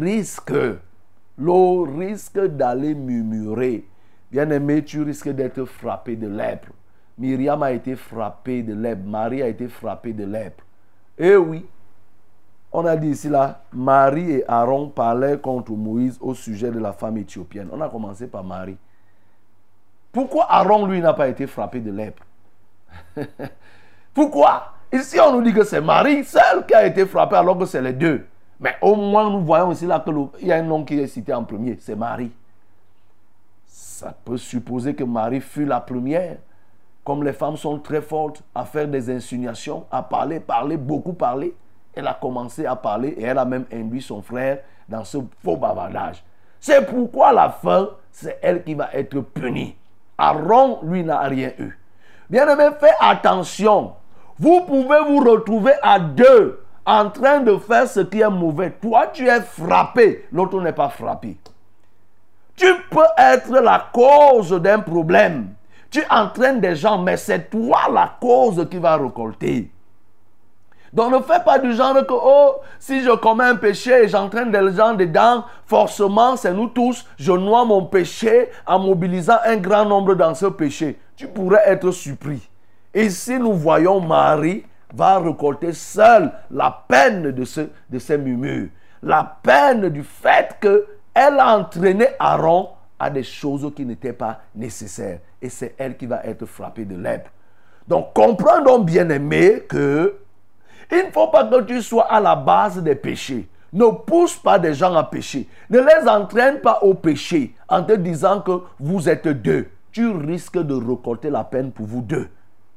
S6: le risque d'aller murmurer. Bien-aimé, tu risques d'être frappé de lèpre. Myriam a été frappée de lèpre. Marie a été frappée de lèpre. Eh oui. On a dit ici là, Marie et Aaron parlaient contre Moïse au sujet de la femme éthiopienne. On a commencé par Marie. Pourquoi Aaron, lui, n'a pas été frappé de lèpre? Pourquoi? Ici, on nous dit que c'est Marie seule qui a été frappée alors que c'est les 2. Mais au moins, nous voyons ici là qu'il y a un nom qui est cité en premier, c'est Marie. Ça peut supposer que Marie fut la première. Comme les femmes sont très fortes à faire des insinuations, à parler, beaucoup parler, elle a commencé à parler et elle a même induit son frère dans ce faux bavardage. C'est pourquoi à la fin, c'est elle qui va être punie. Aaron, lui, n'a rien eu. Bien-aimé, fais attention. Vous pouvez vous retrouver à 2 en train de faire ce qui est mauvais. Toi, tu es frappé, l'autre n'est pas frappé. Tu peux être la cause d'un problème. Tu entraînes des gens, mais c'est toi la cause qui va récolter. Donc ne fais pas du genre que, oh, si je commets un péché et j'entraîne des gens dedans, forcément, c'est nous tous, je noie mon péché en mobilisant un grand nombre dans ce péché. Tu pourrais être surpris. Et si nous voyons Marie va récolter seule la peine de ces murmures, la peine du fait qu'elle a entraîné Aaron à des choses qui n'étaient pas nécessaires. Et c'est elle qui va être frappée de lèpre. Donc, comprenons bien aimé que il ne faut pas que tu sois à la base des péchés. Ne pousse pas des gens à pécher. Ne les entraîne pas au péché en te disant que vous êtes 2. Tu risques de récolter la peine pour vous 2.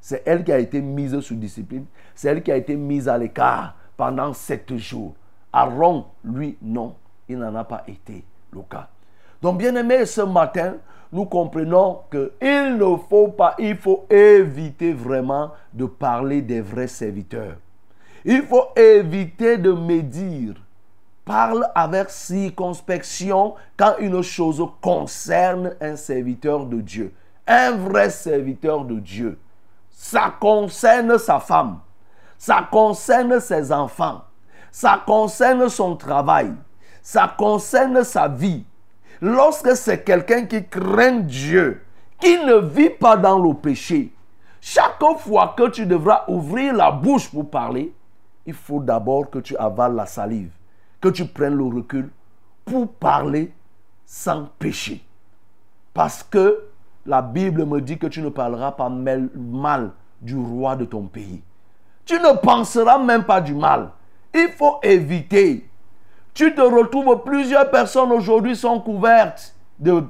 S6: C'est elle qui a été mise sous discipline. C'est elle qui a été mise à l'écart pendant 7 jours. Aaron, lui, non, il n'en a pas été le cas. Donc, bien-aimés, ce matin, nous comprenons qu'il ne faut pas, il faut éviter vraiment de parler des vrais serviteurs. Il faut éviter de médire. Parle avec circonspection quand une chose concerne un serviteur de Dieu. Un vrai serviteur de Dieu. Ça concerne sa femme. Ça concerne ses enfants. Ça concerne son travail. Ça concerne sa vie. Lorsque c'est quelqu'un qui craint Dieu, qui ne vit pas dans le péché, chaque fois que tu devras ouvrir la bouche pour parler, il faut d'abord que tu avales la salive, que tu prennes le recul pour parler sans péché. Parce que la Bible me dit que tu ne parleras pas mal du roi de ton pays. Tu ne penseras même pas du mal. Il faut éviter. Tu te retrouves, plusieurs personnes aujourd'hui sont couvertes de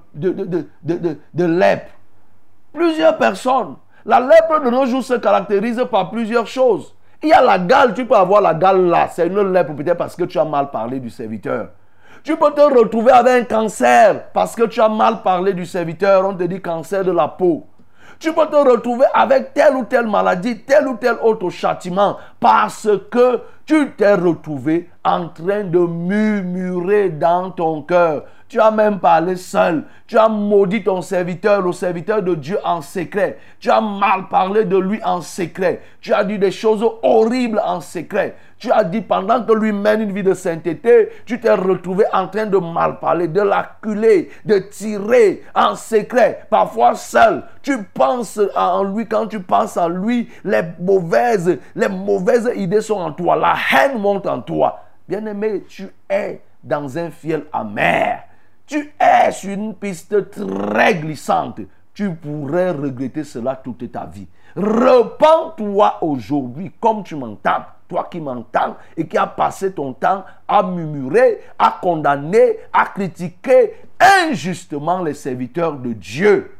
S6: lèpre. Plusieurs personnes. La lèpre de nos jours se caractérise par plusieurs choses. Il y a la gale, tu peux avoir la gale là. C'est une lèpre peut-être parce que tu as mal parlé du serviteur. Tu peux te retrouver avec un cancer parce que tu as mal parlé du serviteur. On te dit cancer de la peau. Tu peux te retrouver avec telle ou telle maladie, tel ou tel autre châtiment parce que tu t'es retrouvé en train de murmurer dans ton cœur. Tu as même parlé seul. Tu as maudit ton serviteur, le serviteur de Dieu en secret. Tu as mal parlé de lui en secret. Tu as dit des choses horribles en secret. Tu as dit pendant que lui mène une vie de sainteté, tu t'es retrouvé en train de mal parler, de l'acculer, de tirer en secret, parfois seul. Tu penses en lui, quand tu penses en lui, les mauvaises idées sont en toi. La haine monte en toi. Bien-aimé, tu es dans un fiel amer. Tu es sur une piste très glissante. Tu pourrais regretter cela toute ta vie. Repends-toi aujourd'hui comme tu m'entends. Toi qui m'entends et qui as passé ton temps à murmurer, à condamner, à critiquer injustement les serviteurs de Dieu.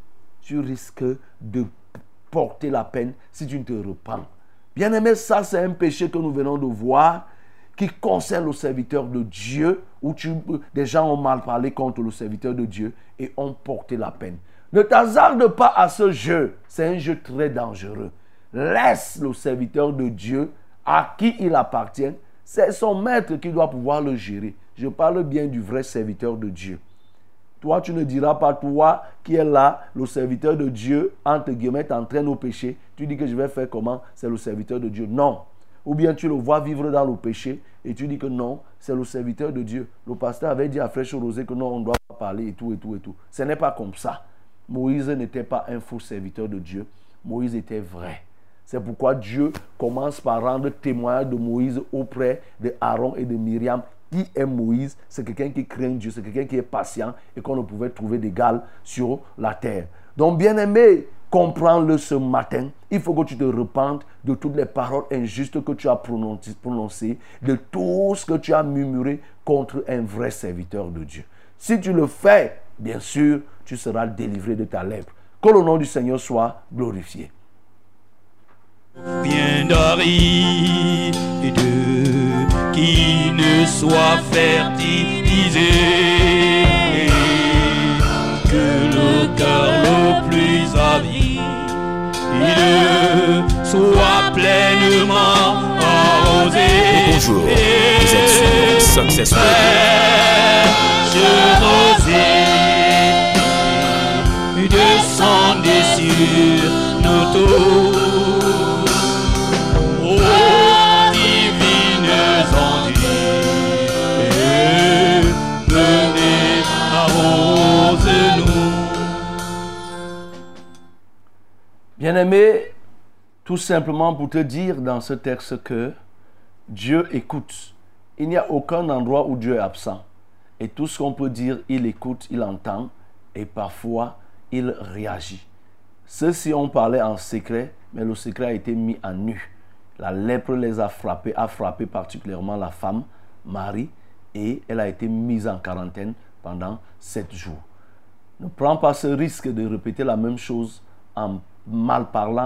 S6: Tu risques de porter la peine si tu ne te repens. Bien-aimé, ça c'est un péché que nous venons de voir qui concerne le serviteur de Dieu, où des gens ont mal parlé contre le serviteur de Dieu et ont porté la peine. Ne t'hasarde pas à ce jeu. C'est un jeu très dangereux. Laisse le serviteur de Dieu à qui il appartient. C'est son maître qui doit pouvoir le gérer. Je parle bien du vrai serviteur de Dieu. Toi, tu ne diras pas, toi qui es là, le serviteur de Dieu, entre guillemets, t'entraîne au péché. Tu dis que je vais faire comment? C'est le serviteur de Dieu. Non. Ou bien tu le vois vivre dans le péché et tu dis que non, c'est le serviteur de Dieu. Le pasteur avait dit à Fraîche Rosée que non, on ne doit pas parler et tout. Ce n'est pas comme ça. Moïse n'était pas un faux serviteur de Dieu. Moïse était vrai. C'est pourquoi Dieu commence par rendre témoignage de Moïse auprès de Aaron et de Myriam. Qui est Moïse? C'est quelqu'un qui craint Dieu, c'est quelqu'un qui est patient et qu'on ne pouvait trouver d'égal sur la terre. Donc, bien-aimé, comprends-le ce matin. Il faut que tu te repentes de toutes les paroles injustes que tu as prononcées, de tout ce que tu as murmuré contre un vrai serviteur de Dieu. Si tu le fais, bien sûr, tu seras délivré de ta lèpre. Que le nom du Seigneur soit glorifié.
S5: Bien d'aride qui ne soit fertilisé, que le cœur le plus avide soit pleinement arrosé.
S7: Bonjour, vous êtes sur Success
S5: Radio. Descendez sur nos tours.
S6: Bien-aimé, tout simplement pour te dire dans ce texte que Dieu écoute. Il n'y a aucun endroit où Dieu est absent. Et tout ce qu'on peut dire, il écoute, il entend et parfois il réagit. Ceux-ci ont parlé en secret, mais le secret a été mis à nu. La lèpre les a frappé particulièrement la femme, Marie, et elle a été mise en quarantaine pendant 7 jours. Ne prends pas ce risque de répéter la même chose en mal parlant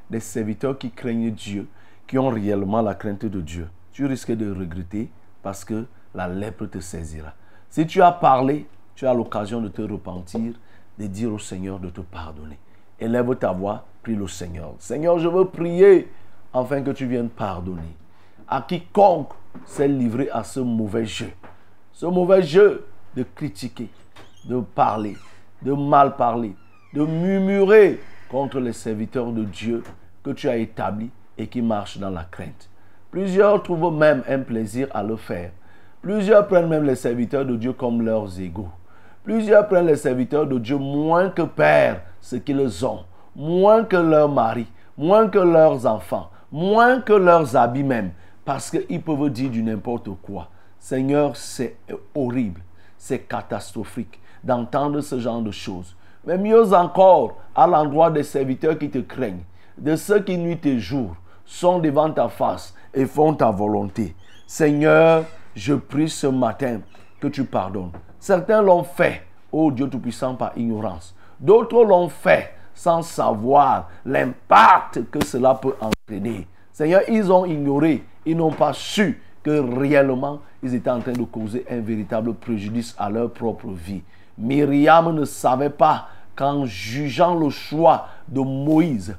S6: des serviteurs qui craignent Dieu, qui ont réellement la crainte de Dieu, tu risques de regretter parce que la lèpre te saisira. Si tu as parlé, tu as l'occasion de te repentir, de dire au Seigneur de te pardonner. Élève ta voix, prie le Seigneur. Seigneur, je veux prier afin que tu viennes pardonner à quiconque s'est livré à ce mauvais jeu. Ce mauvais jeu de critiquer, de parler, de mal parler, de murmurer contre les serviteurs de Dieu que tu as établis et qui marchent dans la crainte. Plusieurs trouvent même un plaisir à le faire. Plusieurs prennent même les serviteurs de Dieu comme leurs égaux. Plusieurs prennent les serviteurs de Dieu moins que père, ce qu'ils ont, moins que leur mari, moins que leurs enfants, moins que leurs habits même, parce qu'ils peuvent dire du n'importe quoi. Seigneur, c'est horrible, c'est catastrophique d'entendre ce genre de choses. Mais mieux encore, à l'endroit des serviteurs qui te craignent, de ceux qui nuit et jour sont devant ta face et font ta volonté. Seigneur, je prie ce matin que tu pardonnes. Certains l'ont fait, ô Dieu Tout-Puissant, par ignorance. D'autres l'ont fait sans savoir l'impact que cela peut entraîner. Seigneur, ils ont ignoré, ils n'ont pas su que réellement, ils étaient en train de causer un véritable préjudice à leur propre vie. Myriam ne savait pas qu'en jugeant le choix de Moïse,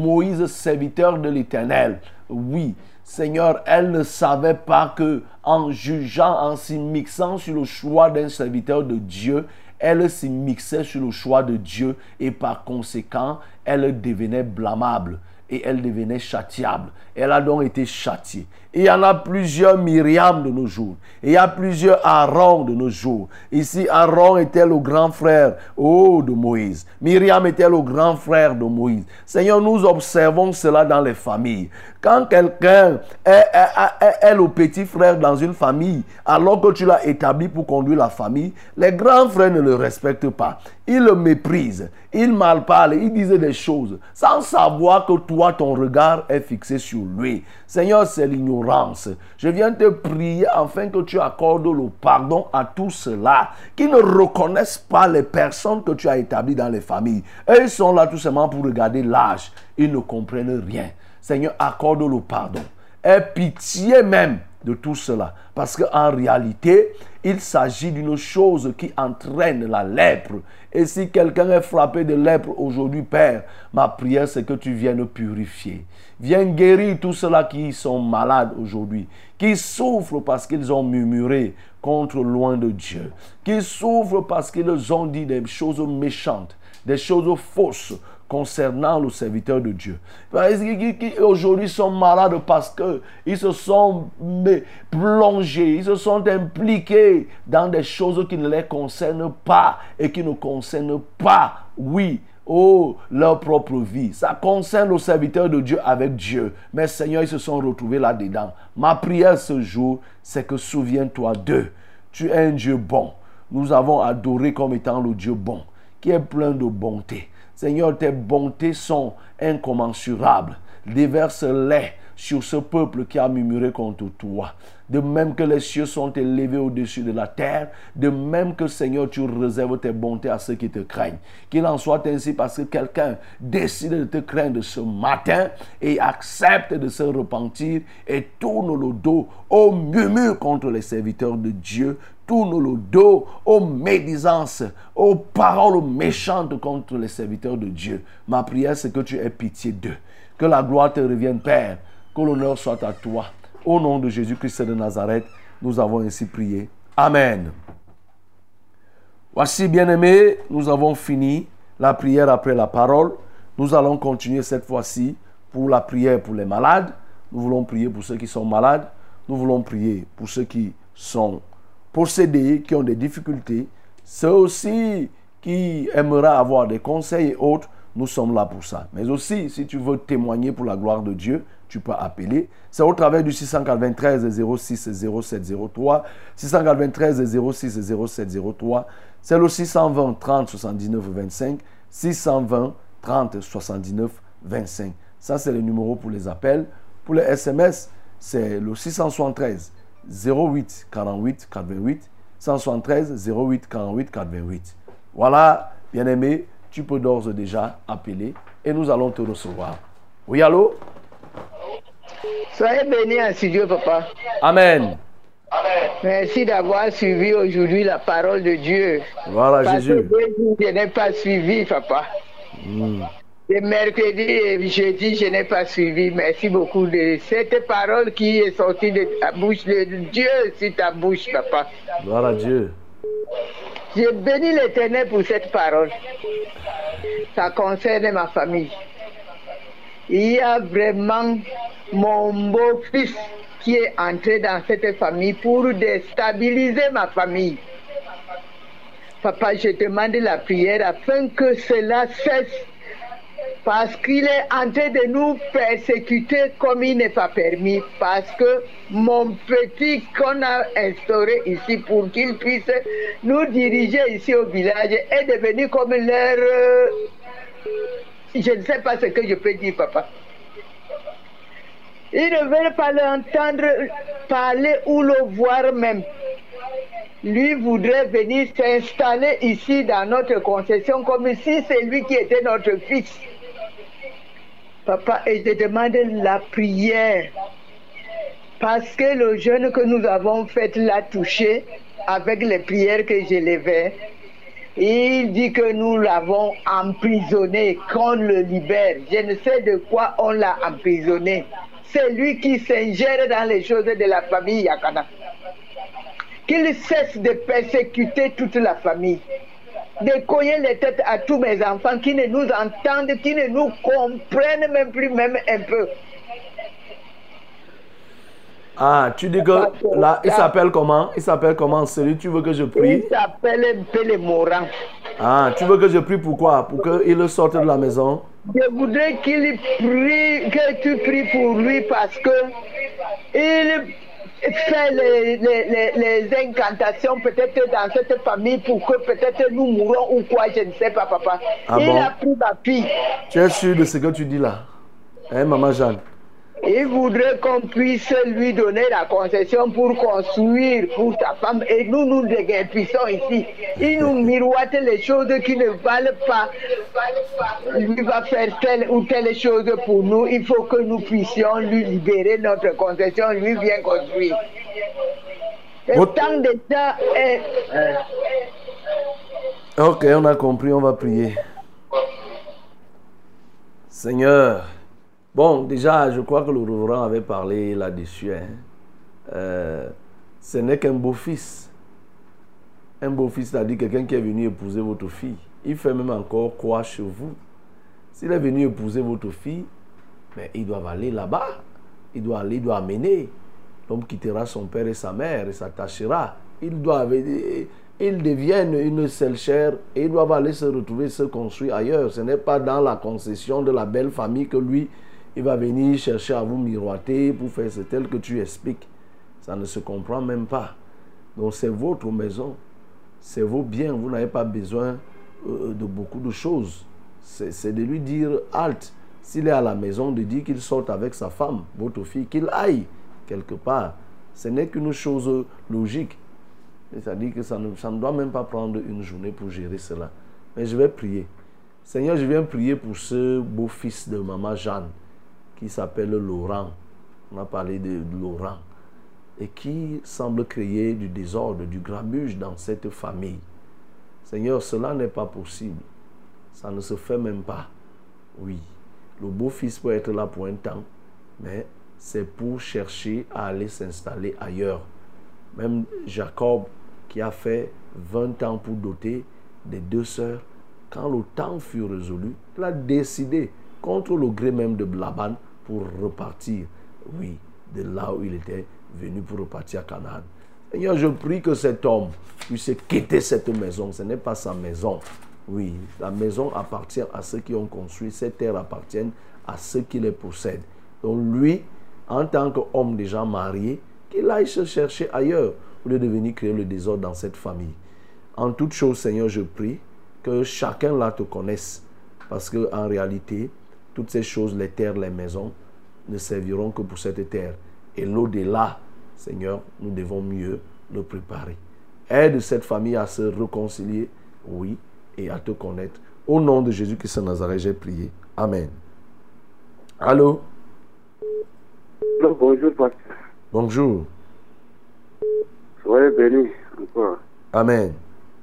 S6: serviteur de l'Éternel, oui, Seigneur, elle ne savait pas que en jugeant, en s'y mixant sur le choix d'un serviteur de Dieu, elle s'y mixait sur le choix de Dieu et par conséquent, elle devenait blâmable et elle devenait châtiable. Elle a donc été châtiée. Et il y en a plusieurs Myriam de nos jours. Et il y a plusieurs Aaron de nos jours. Ici, Aaron était le grand frère de Moïse. Myriam était le grand frère de Moïse. Seigneur, nous observons cela dans les familles. Quand quelqu'un est le petit frère dans une famille, alors que tu l'as établi pour conduire la famille, les grands frères ne le respectent pas. Ils le méprisent. Ils mal parlent. Ils disent des choses sans savoir que toi, ton regard est fixé sur lui. Seigneur, c'est l'ignorance. Je viens te prier afin que tu accordes le pardon à tous ceux-là qui ne reconnaissent pas les personnes que tu as établies dans les familles. Et ils sont là tout simplement pour regarder l'âge. Ils ne comprennent rien. Seigneur, accorde le pardon. Aie pitié même de tout cela. Parce qu'en réalité, il s'agit d'une chose qui entraîne la lèpre. Et si quelqu'un est frappé de lèpre aujourd'hui, Père, ma prière c'est que tu viennes purifier. Viens guérir tous ceux-là qui sont malades aujourd'hui, qui souffrent parce qu'ils ont murmuré contre loin de Dieu, qui souffrent parce qu'ils ont dit des choses méchantes, des choses fausses concernant le serviteur de Dieu. Qui aujourd'hui sont malades parce qu'ils se sont plongés, ils se sont impliqués dans des choses qui ne les concernent pas et qui ne concernent pas, leur propre vie. Ça concerne le serviteur de Dieu avec Dieu. Mais Seigneur, ils se sont retrouvés là-dedans. Ma prière ce jour, c'est que souviens-toi d'eux. Tu es un Dieu bon. Nous avons adoré comme étant le Dieu bon, qui est plein de bonté. Seigneur, tes bontés sont incommensurables. Déverse-les sur ce peuple qui a murmuré contre toi. De même que les cieux sont élevés au-dessus de la terre, de même que, Seigneur, tu réserves tes bontés à ceux qui te craignent. Qu'il en soit ainsi parce que quelqu'un décide de te craindre ce matin et accepte de se repentir et tourne le dos au murmure contre les serviteurs de Dieu, tourne le dos aux médisances, aux paroles méchantes contre les serviteurs de Dieu. Ma prière, c'est que tu aies pitié d'eux. Que la gloire te revienne, Père. Que l'honneur soit à toi. Au nom de Jésus-Christ de Nazareth, nous avons ainsi prié. Amen. Voici, bien-aimés, nous avons fini la prière après la parole. Nous allons continuer cette fois-ci pour la prière pour les malades. Nous voulons prier pour ceux qui sont malades. Nous voulons prier pour ceux qui sont possédés, qui ont des difficultés. Ceux aussi qui aimeraient avoir des conseils et autres, nous sommes là pour ça. Mais aussi, si tu veux témoigner pour la gloire de Dieu, tu peux appeler. C'est au travers du 693 06 07 03, 693 06 07 03. C'est le 620 30 79 25, 620 30 79 25. Ça, c'est le numéro pour les appels. Pour les SMS, c'est le 673 08 48 428, 173 08 48 428. Voilà, bien-aimé, tu peux d'ores et déjà appeler et nous allons te recevoir. Oui, allô?
S8: Soyez bénis en studio, papa.
S6: Amen.
S8: Merci d'avoir suivi aujourd'hui la parole de Dieu.
S6: Voilà,
S8: Parce
S6: Jésus.
S8: que 2 jours, je n'ai pas suivi, papa. Et mercredi et jeudi, je n'ai pas suivi. Merci beaucoup de cette parole qui est sortie de ta bouche, de Dieu sur ta bouche, papa.
S6: Gloire à Dieu.
S8: Je bénis l'Éternel pour cette parole. Ça concerne ma famille. Il y a vraiment mon beau-fils qui est entré dans cette famille pour déstabiliser ma famille. Papa, je demande la prière afin que cela cesse. Parce qu'il est en train de nous persécuter comme il n'est pas permis. Parce que mon petit qu'on a instauré ici pour qu'il puisse nous diriger ici au village est devenu comme leur... Je ne sais pas ce que je peux dire, papa. Ils ne veulent pas l'entendre parler ou le voir même. Lui voudrait venir s'installer ici dans notre concession comme si c'est lui qui était notre fils. Papa, et je demande la prière. Parce que le jeûne que nous avons fait l'a touché avec les prières que je levais. Il dit que nous l'avons emprisonné, qu'on le libère. Je ne sais de quoi on l'a emprisonné. C'est lui qui s'ingère dans les choses de la famille Yakana. Qu'il cesse de persécuter toute la famille. De cogner les têtes à tous mes enfants qui ne nous entendent, qui ne nous comprennent même plus, même un peu.
S6: Ah, tu dis que là, il s'appelle comment? Il s'appelle comment? Celui, tu veux que je prie?
S8: Il s'appelle Pélé Moran.
S6: Ah, tu veux que je prie pourquoi? Pour qu'il sorte de la maison?
S8: Je voudrais qu'il prie, que tu pries pour lui parce que il fait les incantations peut-être dans cette famille pour que peut-être nous mourons ou quoi, je ne sais pas, papa.
S6: Ah
S8: il
S6: bon?
S8: a pris ma fille.
S6: Tu es sûr de ce que tu dis là? Hein, maman Jeanne?
S8: Il voudrait qu'on puisse lui donner la concession pour construire pour sa femme et nous déguerpissons ici. Il nous miroite les choses qui ne valent pas. Lui va faire telle ou telle chose pour nous. Il faut que nous puissions lui libérer notre concession. Lui vient construire. Et tant déjà est...
S6: Ok, on a compris, on va prier. Seigneur, bon, déjà, je crois que le reverend avait parlé là-dessus. Ce n'est qu'un beau-fils. Un beau-fils, c'est-à-dire quelqu'un qui est venu épouser votre fille. Il fait même encore quoi chez vous? S'il est venu épouser votre fille, mais ils doivent aller là-bas. Il doit aller, il doit amener. L'homme quittera son père et sa mère et s'attachera. Ils deviennent une seule chair et ils doivent aller se retrouver, se construire ailleurs. Ce n'est pas dans la concession de la belle famille que lui, il va venir chercher à vous miroiter pour faire ce tel que tu expliques. Ça ne se comprend même pas. Donc c'est votre maison, c'est vos biens. Vous n'avez pas besoin de beaucoup de choses. C'est de lui dire halte. S'il est à la maison, de dire qu'il sorte avec sa femme, votre fille, qu'il aille quelque part. Ce n'est qu'une chose logique. C'est-à-dire que ça ne doit même pas prendre une journée pour gérer cela. Mais je vais prier. Seigneur, je viens prier pour ce beau-fils de maman Jeanne qui s'appelle Laurent. On a parlé de Laurent. Et qui semble créer du désordre, du grabuge dans cette famille. Seigneur, cela n'est pas possible. Ça ne se fait même pas. Oui, le beau-fils peut être là pour un temps, mais c'est pour chercher à aller s'installer ailleurs. Même Jacob, qui a fait 20 ans pour doter des 2 sœurs, quand le temps fut résolu, il a décidé, contre le gré même de Laban, pour repartir, oui, de là où il était venu pour repartir à Canaan. Seigneur, je prie que cet homme puisse quitter cette maison. Ce n'est pas sa maison. Oui, la maison appartient à ceux qui ont construit. Cette terre appartient à ceux qui les possèdent. Donc lui, en tant qu'homme déjà marié, qu'il aille se chercher ailleurs au lieu de venir créer le désordre dans cette famille. En toute chose, Seigneur, je prie que chacun là te connaisse. Parce qu'en réalité, toutes ces choses, les terres, les maisons, ne serviront que pour cette terre. Et l'au-delà, Seigneur, nous devons mieux le préparer. Aide cette famille à se réconcilier, oui, et à te connaître. Au nom de Jésus-Christ de Nazareth, j'ai prié. Amen. Allô?
S9: Allô, bonjour, pasteur.
S6: Bonjour.
S9: Soyez bénis encore.
S6: Amen.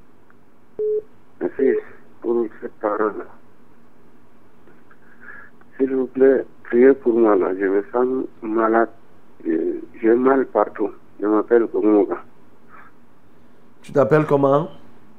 S9: Merci pour cette parole. S'il vous plaît, priez pour moi là. Je me sens malade. J'ai mal partout. Je m'appelle Gomoga.
S6: Tu t'appelles comment?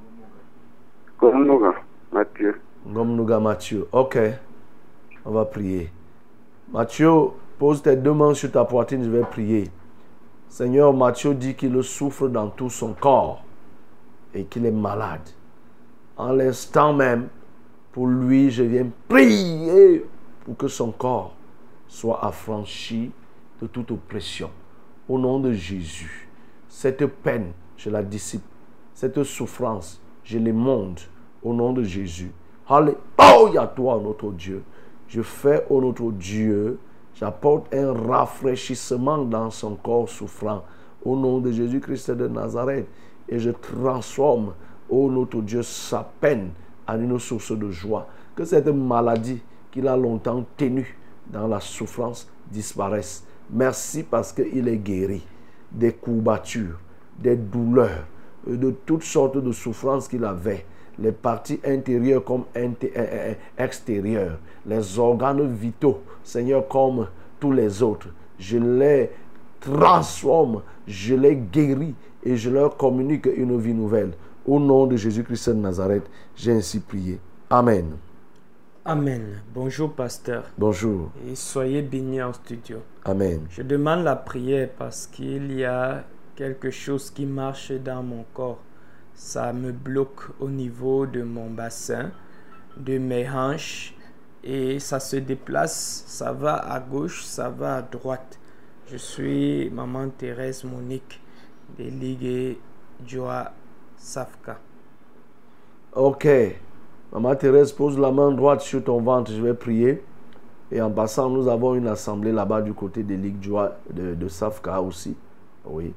S9: Gomoga, Mathieu.
S6: Gomnuga Mathieu. Ok. On va prier. Mathieu, pose tes deux mains sur ta poitrine, je vais prier. Seigneur, Mathieu dit qu'il souffre dans tout son corps et qu'il est malade. En l'instant même, pour lui, je viens prier pour que son corps soit affranchi de toute oppression. Au nom de Jésus, cette peine, je la dissipe. Cette souffrance, je l'émonde au nom de Jésus. Alléluia, toi, notre Dieu. Je fais, ô notre Dieu, j'apporte un rafraîchissement dans son corps souffrant au nom de Jésus-Christ de Nazareth et je transforme, ô notre Dieu, sa peine en une source de joie. Que cette maladie qu'il a longtemps tenue dans la souffrance disparaisse. Merci parce qu'il est guéri des courbatures, des douleurs, de toutes sortes de souffrances qu'il avait. Les parties intérieures comme extérieures, les organes vitaux, Seigneur, comme tous les autres. Je les transforme, je les guéris et je leur communique une vie nouvelle. Au nom de Jésus-Christ de Nazareth, j'ai ainsi prié. Amen.
S10: Amen. Bonjour, pasteur.
S6: Bonjour.
S10: Et soyez bénis en studio.
S6: Amen.
S10: Je demande la prière parce qu'il y a quelque chose qui marche dans mon corps. Ça me bloque au niveau de mon bassin, de mes hanches et ça se déplace, ça va à gauche, ça va à droite. Je suis Maman Thérèse Monique de Ligue Joa Safka.
S6: Ok. Maman Thérèse, pose la main droite sur ton ventre, je vais prier. Et en passant, nous avons une assemblée là-bas du côté de Ligue Joa de Safka aussi. Oui.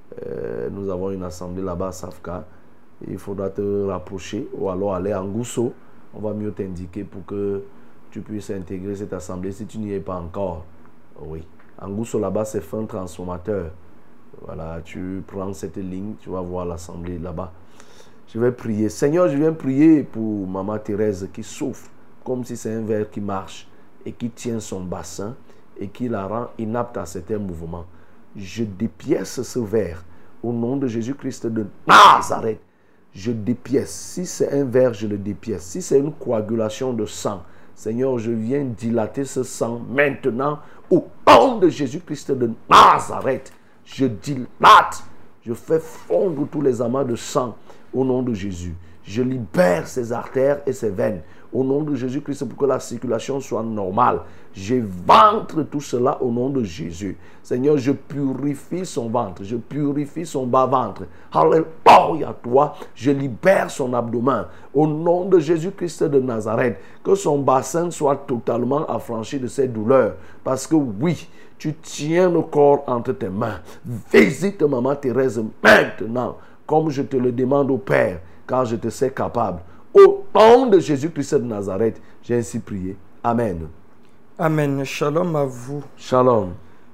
S6: Nous avons une assemblée là-bas à Safka. Il faudra te rapprocher ou alors aller à Ngousso. On va mieux t'indiquer pour que tu puisses intégrer cette assemblée si tu n'y es pas encore. Oui. Ngousso là-bas, c'est fin transformateur. Voilà, tu prends cette ligne, tu vas voir l'assemblée là-bas. Je vais prier. Seigneur, je viens prier pour Maman Thérèse qui souffre comme si c'est un ver qui marche et qui tient son bassin et qui la rend inapte à certains mouvements. Je dépièce ce ver au nom de Jésus-Christ de Nazareth. Je dépièce. Si c'est un verre, je le dépièce. Si c'est une coagulation de sang, Seigneur, je viens dilater ce sang maintenant au nom de Jésus-Christ de Nazareth. Je dilate. Je fais fondre tous les amas de sang au nom de Jésus. Je libère ses artères et ses veines au nom de Jésus-Christ pour que la circulation soit normale. J'éventre tout cela au nom de Jésus. Seigneur, je purifie son ventre, je purifie son bas-ventre. Alléluia, toi, je libère son abdomen au nom de Jésus-Christ de Nazareth. Que son bassin soit totalement affranchi de ses douleurs. Parce que oui, tu tiens le corps entre tes mains. Visite Maman Thérèse maintenant, comme je te le demande au Père, car je te sais capable. Au nom de Jésus-Christ de Nazareth, j'ai ainsi prié. Amen.
S10: Amen. Shalom à vous.
S6: Shalom.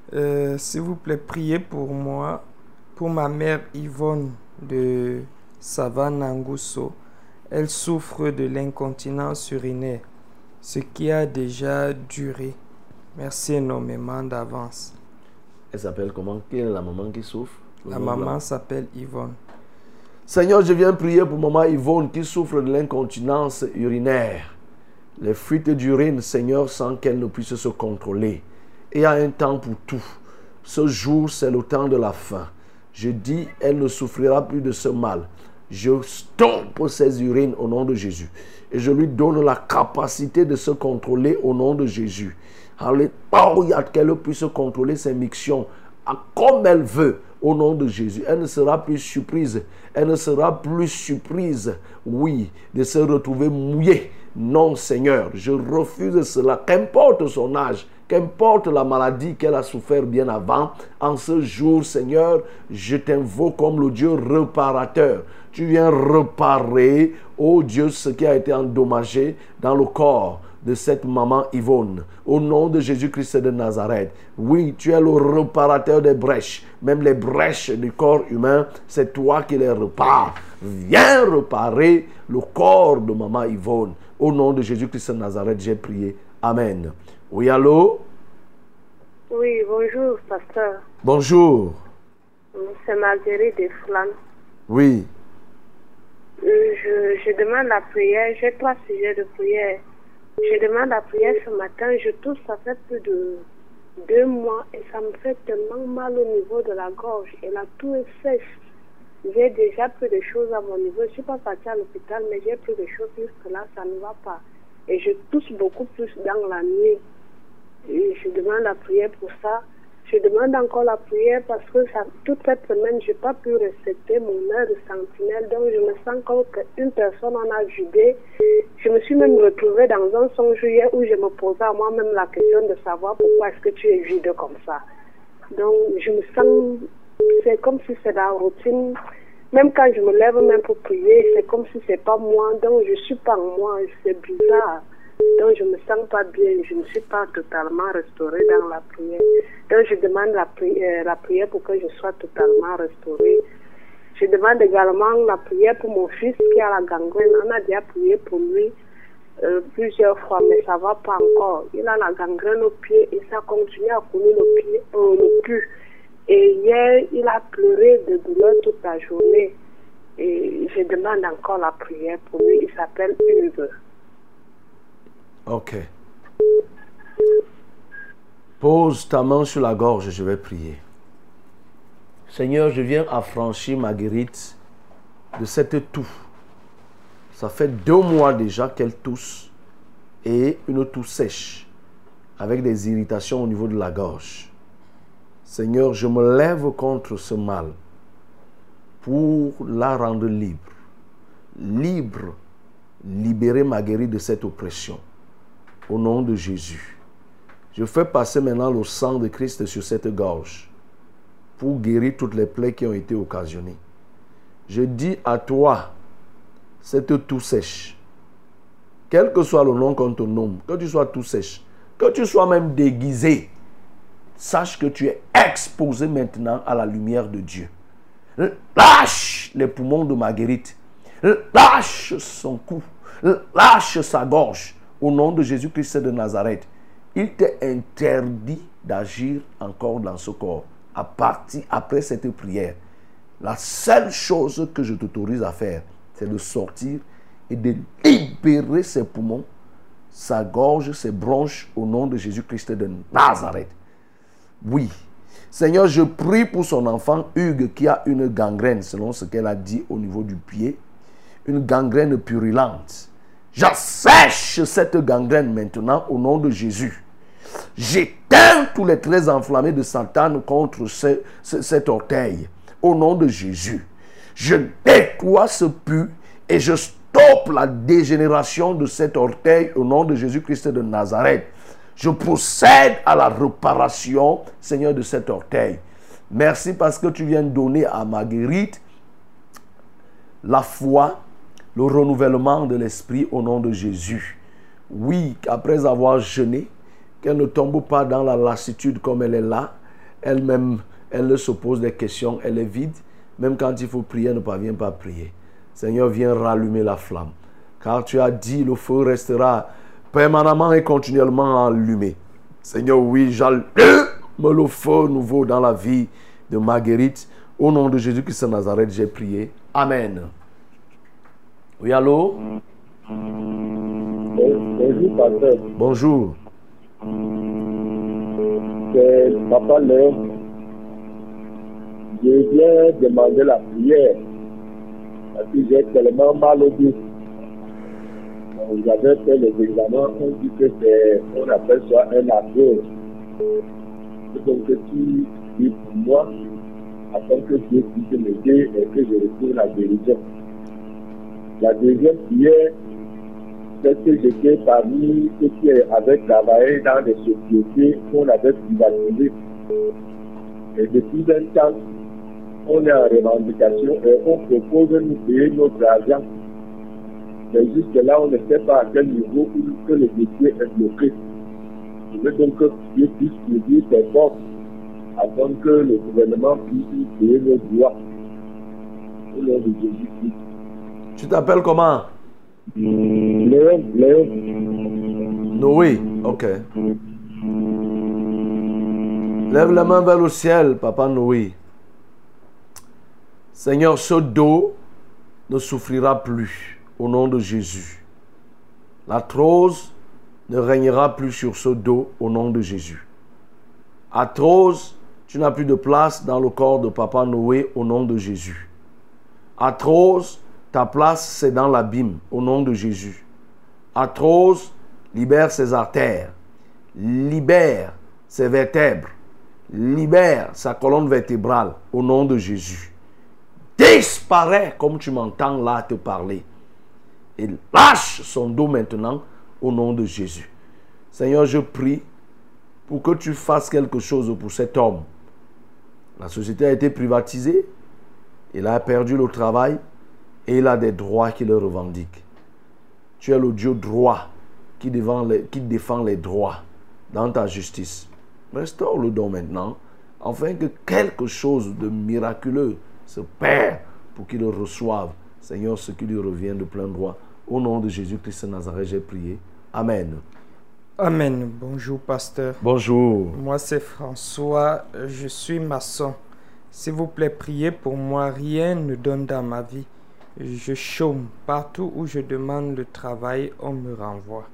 S10: S'il vous plaît, priez pour moi, pour ma mère Yvonne de Savannah-Ngousso. Elle souffre de l'incontinence urinaire, ce qui a déjà duré. Merci énormément d'avance.
S6: Elle s'appelle comment? Quelle est la maman qui souffre?
S10: La maman s'appelle Yvonne.
S6: Seigneur, je viens prier pour maman Yvonne qui souffre de l'incontinence urinaire. Les fuites d'urine, Seigneur, sans qu'elle ne puisse se contrôler. Et il y a un temps pour tout. Ce jour, c'est le temps de la fin. Je dis, elle ne souffrira plus de ce mal. Je stoppe ses urines au nom de Jésus. Et je lui donne la capacité de se contrôler au nom de Jésus. Alléluia, qu'elle puisse contrôler ses mictions comme elle veut au nom de Jésus. Elle ne sera plus surprise. Elle ne sera plus surprise, oui, de se retrouver mouillée. Non, Seigneur, je refuse cela. Qu'importe son âge, qu'importe la maladie qu'elle a souffert bien avant, en ce jour, Seigneur, je t'invoque comme le Dieu réparateur. Tu viens réparer, oh Dieu, ce qui a été endommagé dans le corps de cette maman Yvonne. Au nom de Jésus-Christ de Nazareth. Oui, tu es le réparateur des brèches. Même les brèches du corps humain, c'est toi qui les répares. Viens réparer le corps de maman Yvonne. Au nom de Jésus-Christ de Nazareth, j'ai prié. Amen. Oui, allô?
S11: Oui, bonjour, pasteur.
S6: Bonjour.
S11: C'est Marguerite de Flandre.
S6: Oui.
S11: Je demande la prière. J'ai 3 sujets de prière. Je demande la prière ce matin. Je tousse, ça fait plus de 2 mois et ça me fait tellement mal au niveau de la gorge. Et la toux est sèche. J'ai déjà plus de choses à mon niveau. Je ne suis pas partie à l'hôpital, mais j'ai plus de choses jusque là, ça ne va pas. Et je tousse beaucoup plus dans la nuit. Et je demande la prière pour ça. Je demande encore la prière parce que toute cette semaine, je n'ai pas pu respecter mon heure de sentinelle. Donc, je me sens comme qu'une personne en a jugé. Je me suis même retrouvée dans un songe hier où je me posais à moi-même la question de savoir pourquoi est-ce que tu es jugé comme ça. Donc, je me sens, c'est comme si c'est la routine. Même quand je me lève même pour prier, c'est comme si c'est pas moi. Donc, je suis pas moi. C'est bizarre. Donc, je me sens pas bien. Je ne suis pas totalement restaurée dans la prière. Donc, je demande la prière pour que je sois totalement restaurée. Je demande également la prière pour mon fils qui a la gangrène. On a déjà prié pour lui plusieurs fois, mais ça va pas encore. Il a la gangrène au pied et ça continue à couler le cul. Et hier, il a pleuré de douleur toute la journée. Et je demande encore la prière pour lui. Il s'appelle Hugues.
S6: Ok. Pose ta main sur la gorge, je vais prier. Seigneur, je viens affranchir Marguerite de cette toux. Ça fait 2 mois déjà qu'elle tousse et une toux sèche avec des irritations au niveau de la gorge. Seigneur, je me lève contre ce mal pour la rendre libre. Libre, libérer Marguerite de cette oppression. Au nom de Jésus. Je fais passer maintenant le sang de Christ sur cette gorge pour guérir toutes les plaies qui ont été occasionnées. Je dis à toi, cette toux sèche, quel que soit le nom qu'on te nomme, que tu sois tout sèche, que tu sois même déguisé, sache que tu es exposé maintenant à la lumière de Dieu. Lâche les poumons de Marguerite. Lâche son cou. Lâche sa gorge. Au nom de Jésus-Christ de Nazareth, il t'est interdit d'agir encore dans ce corps. À partir après cette prière, la seule chose que je t'autorise à faire, c'est de sortir et de libérer ses poumons, sa gorge, ses bronches, au nom de Jésus-Christ de Nazareth. Oui. Seigneur, je prie pour son enfant Hugues qui a une gangrène, selon ce qu'elle a dit au niveau du pied, une gangrène purulente. J'assèche cette gangrène maintenant au nom de Jésus. J'éteins tous les traits enflammés de Satan contre cet orteil. Au nom de Jésus. Je nettoie ce pu et je stoppe la dégénération de cet orteil au nom de Jésus-Christ de Nazareth. Je procède à la réparation, Seigneur, de cet orteil. Merci parce que tu viens donner à Marguerite la foi, le renouvellement de l'esprit au nom de Jésus. Oui, après avoir jeûné, qu'elle ne tombe pas dans la lassitude comme elle est là. Elle-même, elle se pose des questions, elle est vide. Même quand il faut prier, elle ne parvient pas à prier. Seigneur, viens rallumer la flamme. Car tu as dit, le feu restera permanemment et continuellement allumé. Seigneur, oui, j'allume le feu nouveau dans la vie de Marguerite. Au nom de Jésus-Christ de Nazareth, j'ai prié. Amen. Oui, allô?
S12: Bonjour, pasteur.
S6: Bonjour.
S12: C'est Papa Léon. Je viens demander la prière parce que j'ai tellement mal au dos. J'avais fait les examens, on dit que c'est, on appelle ça un arthrose. Donc que tu dis pour moi, afin que Dieu puisse m'aider et que je retrouve la guérison. La deuxième prière, c'est que j'étais parmi ceux qui avaient travaillé dans des sociétés qu'on avait privatisées. Et depuis un temps, on est en revendication et on propose de nous payer notre argent. Mais jusque là, on ne sait pas à quel niveau que le dossier est bloqué. Je veux donc que Dieu puisse produire ses forces afin que le gouvernement puisse payer nos droits. Au nom de Jésus-Christ.
S6: Tu t'appelles comment?
S12: Léon.
S6: Noé, ok. Lève la main vers le ciel, papa Noé. Seigneur, ce dos ne souffrira plus au nom de Jésus. L'arthrose ne régnera plus sur ce dos au nom de Jésus. Arthrose, tu n'as plus de place dans le corps de papa Noé au nom de Jésus. Arthrose, ta place c'est dans l'abîme au nom de Jésus. Arthrose, libère ses artères, libère ses vertèbres, libère sa colonne vertébrale au nom de Jésus. Disparaît comme tu m'entends là te parler. Et lâche son dos maintenant au nom de Jésus. Seigneur, je prie pour que tu fasses quelque chose pour cet homme. La société a été privatisée, il a perdu le travail et il a des droits qui le revendiquent. Tu es le Dieu droit qui défend les droits dans ta justice. Restaure le don maintenant, afin que quelque chose de miraculeux se perd pour qu'il le reçoive, Seigneur, ce qui lui revient de plein droit. Au nom de Jésus-Christ de Nazareth, j'ai prié. Amen.
S10: Amen. Bonjour, pasteur.
S6: Bonjour.
S10: Moi, c'est François. Je suis maçon. S'il vous plaît, priez pour moi. Rien ne donne dans ma vie. Je chôme. Partout où je demande le travail, on me renvoie.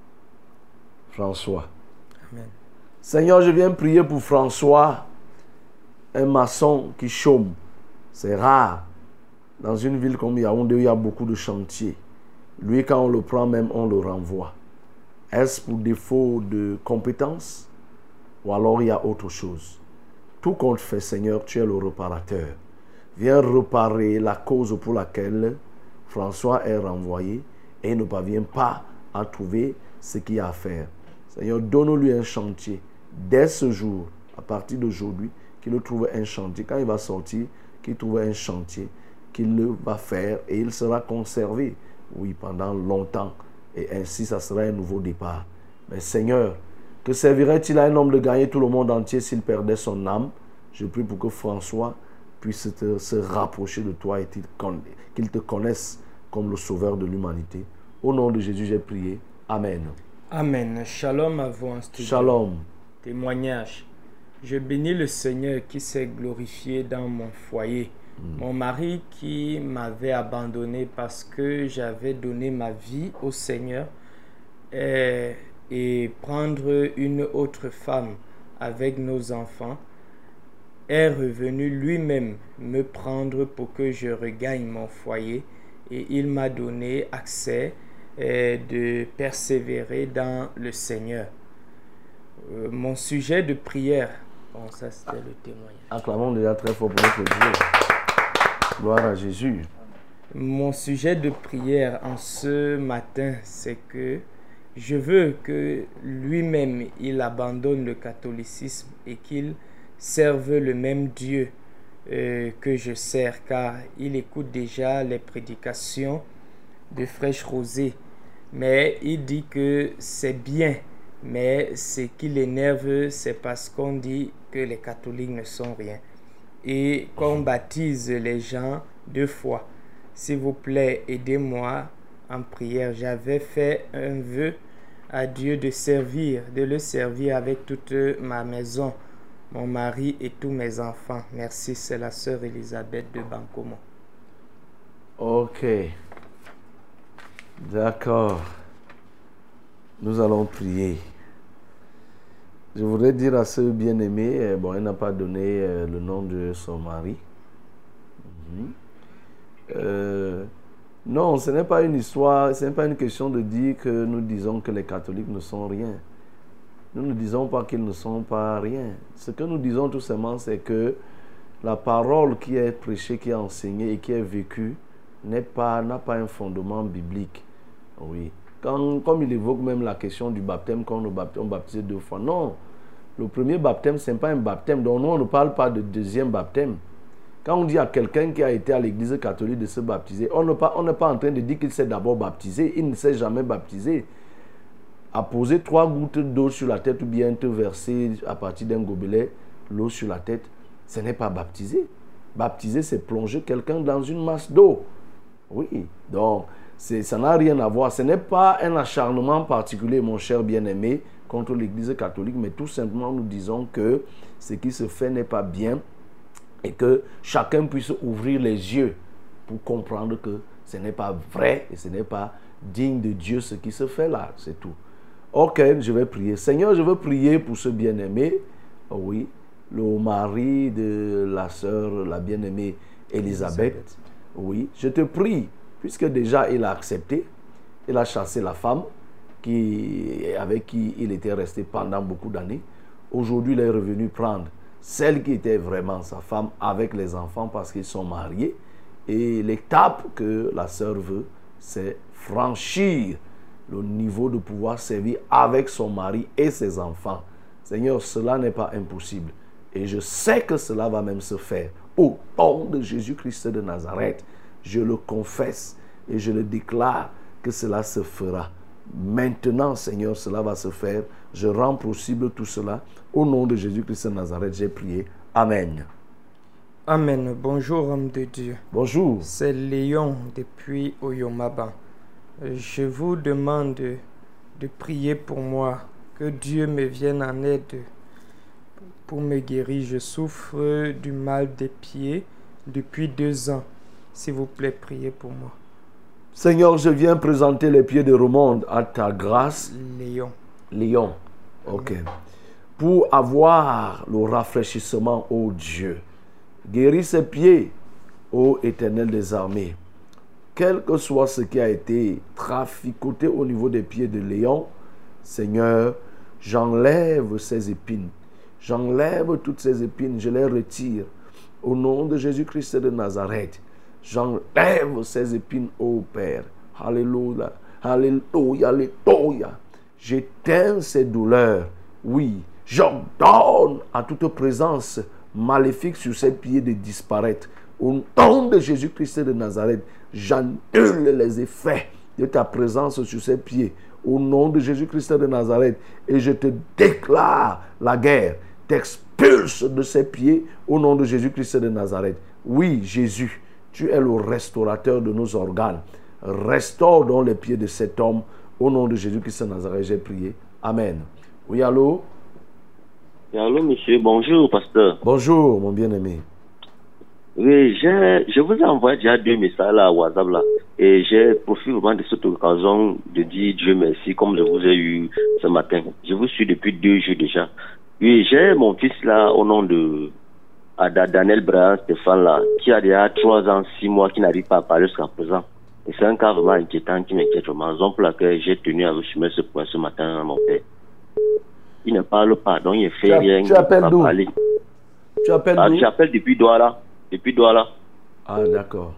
S6: François.
S10: Amen.
S6: Seigneur, je viens prier pour François, un maçon qui chôme. C'est rare. Dans une ville comme Yaoundé, il y a beaucoup de chantiers. Lui, quand on le prend même, on le renvoie. Est-ce pour défaut de compétences ou alors il y a autre chose? Tout compte fait, Seigneur, tu es le réparateur. Viens réparer la cause pour laquelle François est renvoyé et ne parvient pas à trouver ce qu'il y a à faire. Seigneur, donne-lui un chantier. Dès ce jour, à partir d'aujourd'hui, qu'il trouve un chantier. Quand il va sortir, qu'il trouve un chantier qu'il le va faire et il sera conservé, oui, pendant longtemps. Et ainsi, ça sera un nouveau départ. Mais Seigneur, que servirait-il à un homme de gagner tout le monde entier s'il perdait son âme? Je prie pour que François puisse se rapprocher de toi et qu'il te connaisse comme le sauveur de l'humanité. Au nom de Jésus, j'ai prié. Amen.
S10: Amen. Shalom à vous en studio.
S6: Shalom.
S10: Témoignage. Je bénis le Seigneur qui s'est glorifié dans mon foyer. Mon mari qui m'avait abandonné parce que j'avais donné ma vie au Seigneur et prendre une autre femme avec nos enfants est revenu lui-même me prendre pour que je regagne mon foyer et il m'a donné accès de persévérer dans le Seigneur. Mon sujet de prière, bon, ça c'était le témoignage.
S6: Acclamons déjà très fort pour notre Dieu. Gloire à Jésus.
S10: Mon sujet de prière en ce matin, c'est que je veux que lui-même, il abandonne le catholicisme et qu'il serve le même Dieu que je sers, car il écoute déjà les prédications de Fraîche Rosée. Mais il dit que c'est bien, mais ce qui l'énerve, c'est parce qu'on dit que les catholiques ne sont rien. Et qu'on baptise les gens 2 fois. S'il vous plaît, aidez-moi en prière. J'avais fait un vœu à Dieu de le servir avec toute ma maison, mon mari et tous mes enfants. Merci, c'est la sœur Elisabeth de Bancomo.
S6: Ok. D'accord. Nous allons prier. Je voudrais dire à ce bien-aimé, bon, elle n'a pas donné le nom de son mari. Non, ce n'est pas une histoire, ce n'est pas une question de dire que nous disons que les catholiques ne sont rien. Nous ne disons pas qu'ils ne sont pas rien. Ce que nous disons tout simplement, c'est que la parole qui est prêchée, qui est enseignée et qui est vécue n'a pas un fondement biblique. Oui. Comme il évoque même la question du baptême, quand on baptise 2 fois. Non, le premier baptême, ce n'est pas un baptême. Donc nous, on ne parle pas de deuxième baptême. Quand on dit à quelqu'un qui a été à l'église catholique de se baptiser, on n'est pas en train de dire qu'il s'est d'abord baptisé. Il ne s'est jamais baptisé. À poser 3 gouttes d'eau sur la tête ou bien te verser à partir d'un gobelet l'eau sur la tête, ce n'est pas baptisé. Baptiser, c'est plonger quelqu'un dans une masse d'eau. Oui, donc ça n'a rien à voir. Ce n'est pas un acharnement particulier, mon cher bien-aimé, contre l'église catholique, mais tout simplement nous disons que ce qui se fait n'est pas bien et que chacun puisse ouvrir les yeux pour comprendre que ce n'est pas vrai et ce n'est pas digne de Dieu ce qui se fait là, c'est tout. Ok, je vais prier. Seigneur, je veux prier pour ce bien-aimé, oui, le mari de la sœur, la bien-aimée Elisabeth. Oui, je te prie, puisque déjà il a accepté, il a chassé la femme avec qui il était resté pendant beaucoup d'années. Aujourd'hui, il est revenu prendre celle qui était vraiment sa femme avec les enfants parce qu'ils sont mariés. Et l'étape que la sœur veut, c'est franchir le niveau de pouvoir servir avec son mari et ses enfants. Seigneur, cela n'est pas impossible. Et je sais que cela va même se faire. Au nom de Jésus-Christ de Nazareth, je le confesse et je le déclare que cela se fera. Maintenant, Seigneur, cela va se faire. Je rends possible tout cela. Au nom de Jésus-Christ de Nazareth, j'ai prié. Amen.
S10: Amen. Bonjour, homme de Dieu.
S6: Bonjour.
S10: C'est Léon depuis Oyomaba. Je vous demande de prier pour moi, que Dieu me vienne en aide pour me guérir. Je souffre du mal des pieds depuis 2 ans. S'il vous plaît, priez pour moi.
S6: Seigneur, je viens présenter les pieds de Romonde à ta grâce. Léon. Ok. Pour avoir le rafraîchissement, ô Dieu. Guéris ses pieds, ô Éternel des armées. Quel que soit ce qui a été traficoté au niveau des pieds de Léon, Seigneur, j'enlève ces épines. J'enlève toutes ces épines, je les retire. Au nom de Jésus-Christ de Nazareth, j'enlève ces épines, ô Père. Alléluia, alléluia, alléluia. J'éteins ces douleurs. Oui, j'ordonne à toute présence maléfique sur ces pieds de disparaître. Au nom de Jésus-Christ de Nazareth, j'annule les effets de ta présence sur ces pieds. Au nom de Jésus-Christ de Nazareth, et je te déclare la guerre. T'expulse de ces pieds au nom de Jésus-Christ de Nazareth. Oui, Jésus, tu es le restaurateur de nos organes. Restaure donc les pieds de cet homme. Au nom de Jésus-Christ de Nazareth, j'ai prié. Amen. Oui, allô?
S13: Allô, monsieur. Bonjour, pasteur.
S6: Bonjour, mon bien-aimé.
S13: Oui, je vous ai envoyé déjà 2 messages là, à WhatsApp là. Et j'ai profité vraiment de cette occasion de dire Dieu merci, comme je vous ai eu ce matin. Je vous suis depuis 2 jours déjà. Oui, j'ai mon fils là, au nom de Daniel Brian Stéphane là, qui a déjà 3 ans, 6 mois, qui n'arrive pas à parler jusqu'à présent. Et c'est un cas vraiment inquiétant qui m'inquiète vraiment. Raison pour laquelle j'ai tenu à vous soumettre ce point ce matin, mon père. Il ne parle pas, donc il ne fait rien.
S6: Tu appelles d'où? Tu appelles d'où?
S13: J'appelle depuis Douala. Depuis Douala.
S6: Ah, d'accord.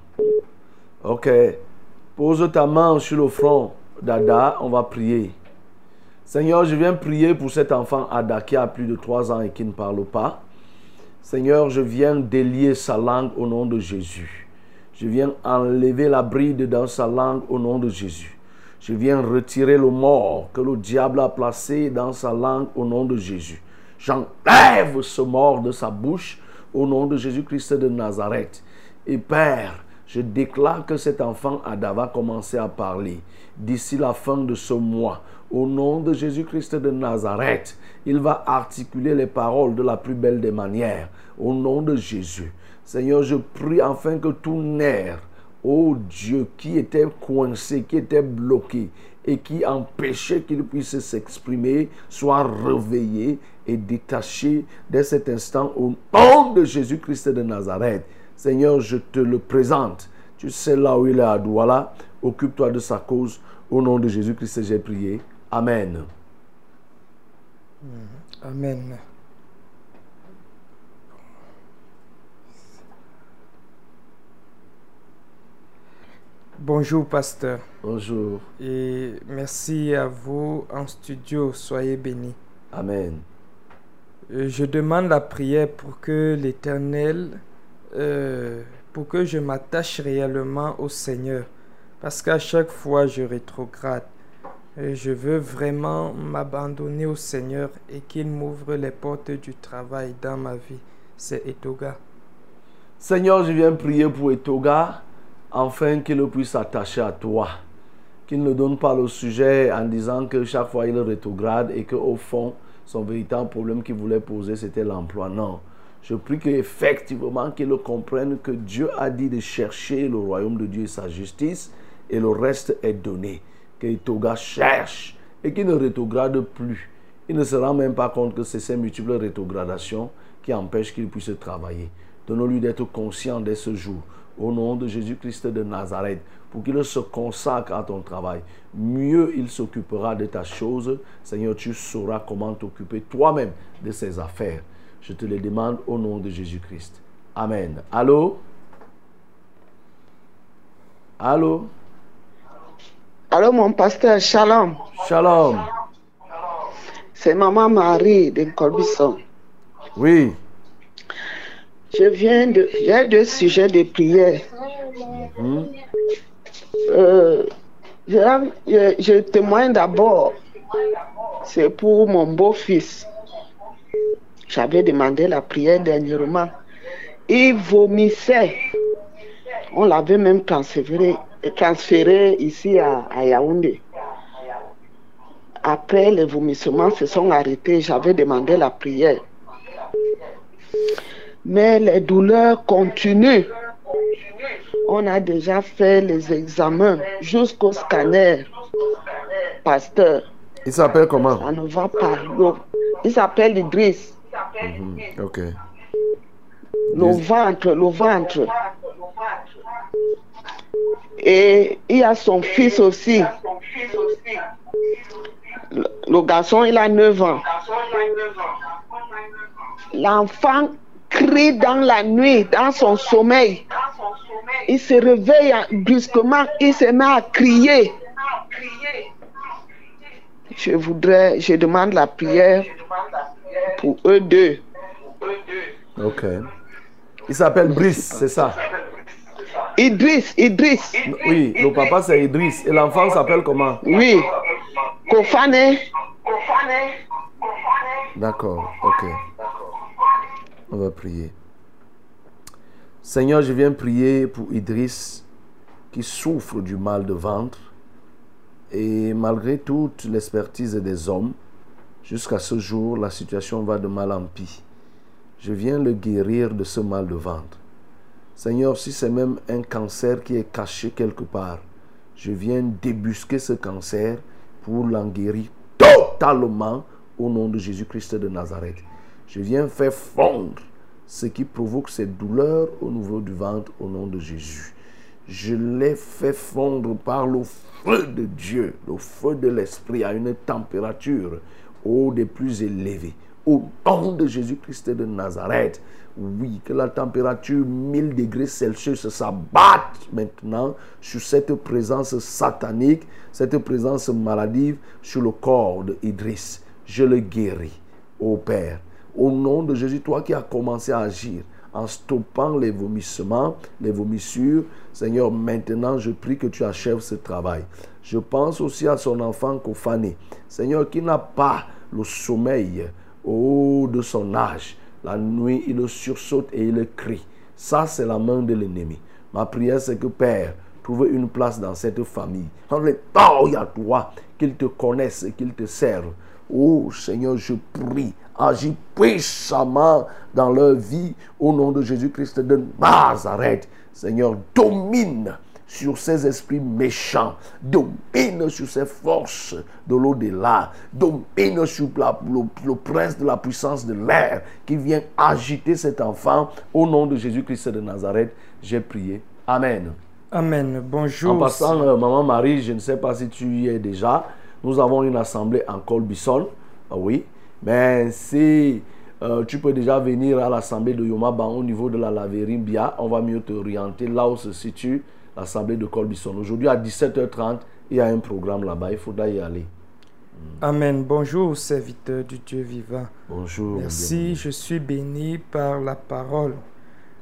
S6: Ok. Pose ta main sur le front d'Ada, on va prier. Seigneur, je viens prier pour cet enfant Ada qui a plus de 3 ans et qui ne parle pas. Seigneur, je viens délier sa langue au nom de Jésus. Je viens enlever la bride dans sa langue au nom de Jésus. Je viens retirer le mort que le diable a placé dans sa langue au nom de Jésus. J'enlève ce mort de sa bouche au nom de Jésus-Christ de Nazareth. Et Père, je déclare que cet enfant Ada va commencer à parler d'ici la fin de ce mois. Au nom de Jésus-Christ de Nazareth, il va articuler les paroles de la plus belle des manières. Au nom de Jésus. Seigneur, je prie afin que tout nerf, ô Dieu, qui était coincé, qui était bloqué et qui empêchait qu'il puisse s'exprimer, soit réveillé et détaché dès cet instant au nom de Jésus-Christ de Nazareth. Seigneur, je te le présente. Tu sais là où il est à Douala. Occupe-toi de sa cause. Au nom de Jésus-Christ, j'ai prié. Amen.
S10: Amen. Bonjour, pasteur.
S6: Bonjour.
S10: Et merci à vous en studio. Soyez bénis.
S6: Amen.
S10: Je demande la prière pour que l'Éternel pour que je m'attache réellement au Seigneur. Parce qu'à chaque fois, je rétrograde. Je veux vraiment m'abandonner au Seigneur et qu'il m'ouvre les portes du travail dans ma vie. C'est Etoga.
S6: Seigneur, je viens prier pour Etoga, afin qu'il puisse s'attacher à toi. Qu'il ne donne pas le sujet en disant que chaque fois il rétrograde et qu'au fond, son véritable problème qu'il voulait poser, c'était l'emploi. Non. Je prie qu'effectivement, qu'il comprenne que Dieu a dit de chercher le royaume de Dieu et sa justice, et le reste est donné. Que Etoga cherche et qu'il ne rétrograde plus. Il ne se rend même pas compte que c'est ces multiples rétrogradations qui empêchent qu'il puisse travailler. Donne-lui d'être conscient dès ce jour, au nom de Jésus-Christ de Nazareth, pour qu'il se consacre à ton travail. Mieux il s'occupera de ta chose. Seigneur, tu sauras comment t'occuper toi-même de ses affaires. Je te le demande au nom de Jésus-Christ. Amen. Allô? Allô?
S14: Allô, mon pasteur, shalom.
S6: Shalom.
S14: C'est Maman Marie de Colbisson.
S6: Oui.
S14: J'ai deux sujets de prière. Je témoigne d'abord. C'est pour mon beau-fils. J'avais demandé la prière dernièrement. Il vomissait. On l'avait même transféré ici à Yaoundé. Après, les vomissements se sont arrêtés. J'avais demandé la prière. Mais les douleurs continuent. On a déjà fait les examens jusqu'au scanner. Pasteur.
S6: Il s'appelle comment?
S14: Ça ne va pas. Il s'appelle Idriss.
S6: Ok.
S14: Le ventre. Et il y a son fils aussi. Le garçon, il a 9 ans. L'enfant crie dans la nuit, dans son sommeil. Il se réveille brusquement, il se met à crier. Je demande la prière pour eux deux.
S6: Ok. Il s'appelle Brice, c'est ça?
S14: Idriss.
S6: Oui, le papa c'est Idriss. Et l'enfant s'appelle comment?
S14: Oui. Kofane.
S6: D'accord, ok. On va prier. Seigneur, je viens prier pour Idriss qui souffre du mal de ventre. Et malgré toute l'expertise des hommes, jusqu'à ce jour, la situation va de mal en pis. Je viens le guérir de ce mal de ventre. Seigneur, si c'est même un cancer qui est caché quelque part, je viens débusquer ce cancer pour l'en guérir totalement au nom de Jésus-Christ de Nazareth. Je viens faire fondre ce qui provoque ces douleurs au niveau du ventre au nom de Jésus. Je les fais fondre par le feu de Dieu, le feu de l'Esprit à une température des plus élevées. Au nom de Jésus-Christ de Nazareth, oui, que la température 1000 degrés Celsius s'abatte maintenant sur cette présence satanique, cette présence maladive sur le corps d'Idriss. Je le guéris, ô Père. Au nom de Jésus, toi qui as commencé à agir en stoppant les vomissements, les vomissures, Seigneur, maintenant je prie que tu achèves ce travail. Je pense aussi à son enfant Kofane, Seigneur, qui n'a pas le sommeil de son âge. La nuit, il sursaute et il crie. Ça, c'est la main de l'ennemi. Ma prière, c'est que Père, trouve une place dans cette famille. Dans les temps à toi, qu'ils te connaissent et qu'ils te servent. Oh Seigneur, je prie, agis puissamment dans leur vie au nom de Jésus-Christ de Nazareth. Seigneur, domine sur ces esprits méchants, domine sur ces forces de l'au-delà, domine sur le prince de la puissance de l'air qui vient agiter cet enfant. Au nom de Jésus-Christ de Nazareth, j'ai prié. Amen.
S10: Amen. Bonjour.
S6: En passant, Maman Marie, je ne sais pas si tu y es déjà. Nous avons une assemblée en Colbisson. Oui. Mais si tu peux déjà venir à l'assemblée de Yomaban au niveau de la laverie Bia, on va mieux t'orienter là où se situe l'assemblée de Colbisson. Aujourd'hui à 17h30, il y a un programme là-bas. Il faudra y aller.
S10: Amen. Bonjour, serviteur du Dieu vivant.
S6: Bonjour.
S10: Merci, je suis béni par la parole.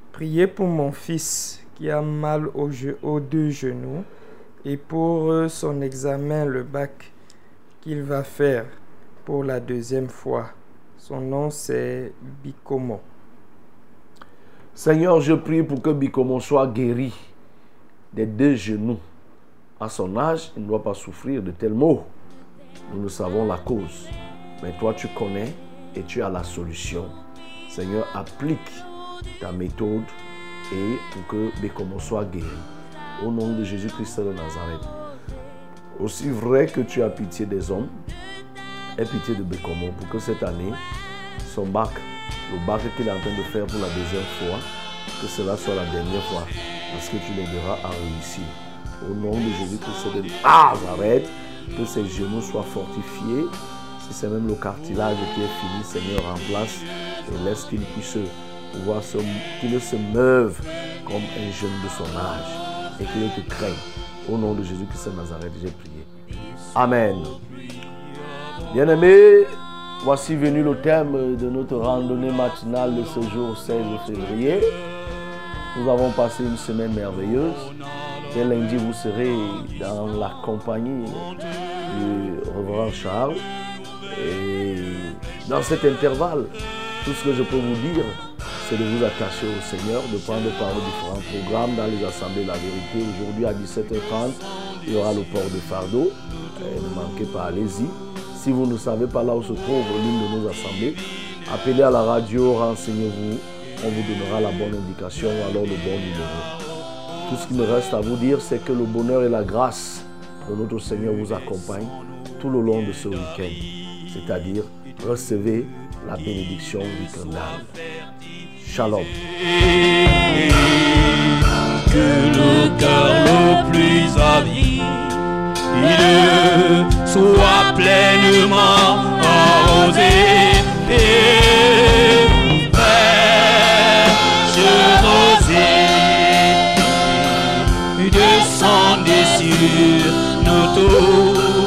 S10: Priez pour mon fils qui a mal aux 2 genoux et pour son examen, le bac qu'il va faire pour la 2e fois. Son nom, c'est Bikomo.
S6: Seigneur, je prie pour que Bikomo soit guéri des 2 genoux. À son âge, il ne doit pas souffrir de tels maux. Nous savons la cause. Mais toi, tu connais et tu as la solution. Seigneur, applique ta méthode et pour que Bikomo soit guéri. Au nom de Jésus-Christ de Nazareth. Aussi vrai que tu as pitié des hommes, aie pitié de Bikomo pour que cette année, son bac, le bac qu'il est en train de faire pour la 2e fois, que cela soit la dernière fois, parce que tu l'aideras à réussir. Au nom de Jésus-Christ de Nazareth, que ses genoux soient fortifiés. Si c'est même le cartilage qui est fini, Seigneur, remplace et laisse qu'il puisse pouvoir qu'il se meuve comme un jeune de son âge et qu'il te craigne. Au nom de Jésus-Christ de Nazareth, j'ai prié. Amen. Bien-aimés, voici venu le thème de notre randonnée matinale de ce jour 16 février. Nous avons passé une semaine merveilleuse. Dès lundi, vous serez dans la compagnie du Révérend Charles. Et dans cet intervalle, tout ce que je peux vous dire, c'est de vous attacher au Seigneur, de prendre part aux différents programmes dans les assemblées de la vérité. Aujourd'hui à 17h30, il y aura le port de fardeau. Ne manquez pas, allez-y. Si vous ne savez pas là où se trouve l'une de nos assemblées, appelez à la radio, renseignez-vous. On vous donnera la bonne indication ou alors le bon numéro. Tout ce qui me reste à vous dire, c'est que le bonheur et la grâce de notre Seigneur vous accompagnent tout le long de ce week-end. C'est-à-dire, recevez la bénédiction week-endale. Shalom.
S5: Que le cœur le plus avide soit pleinement arrosé et fraîche rosée descendez sur nous tous.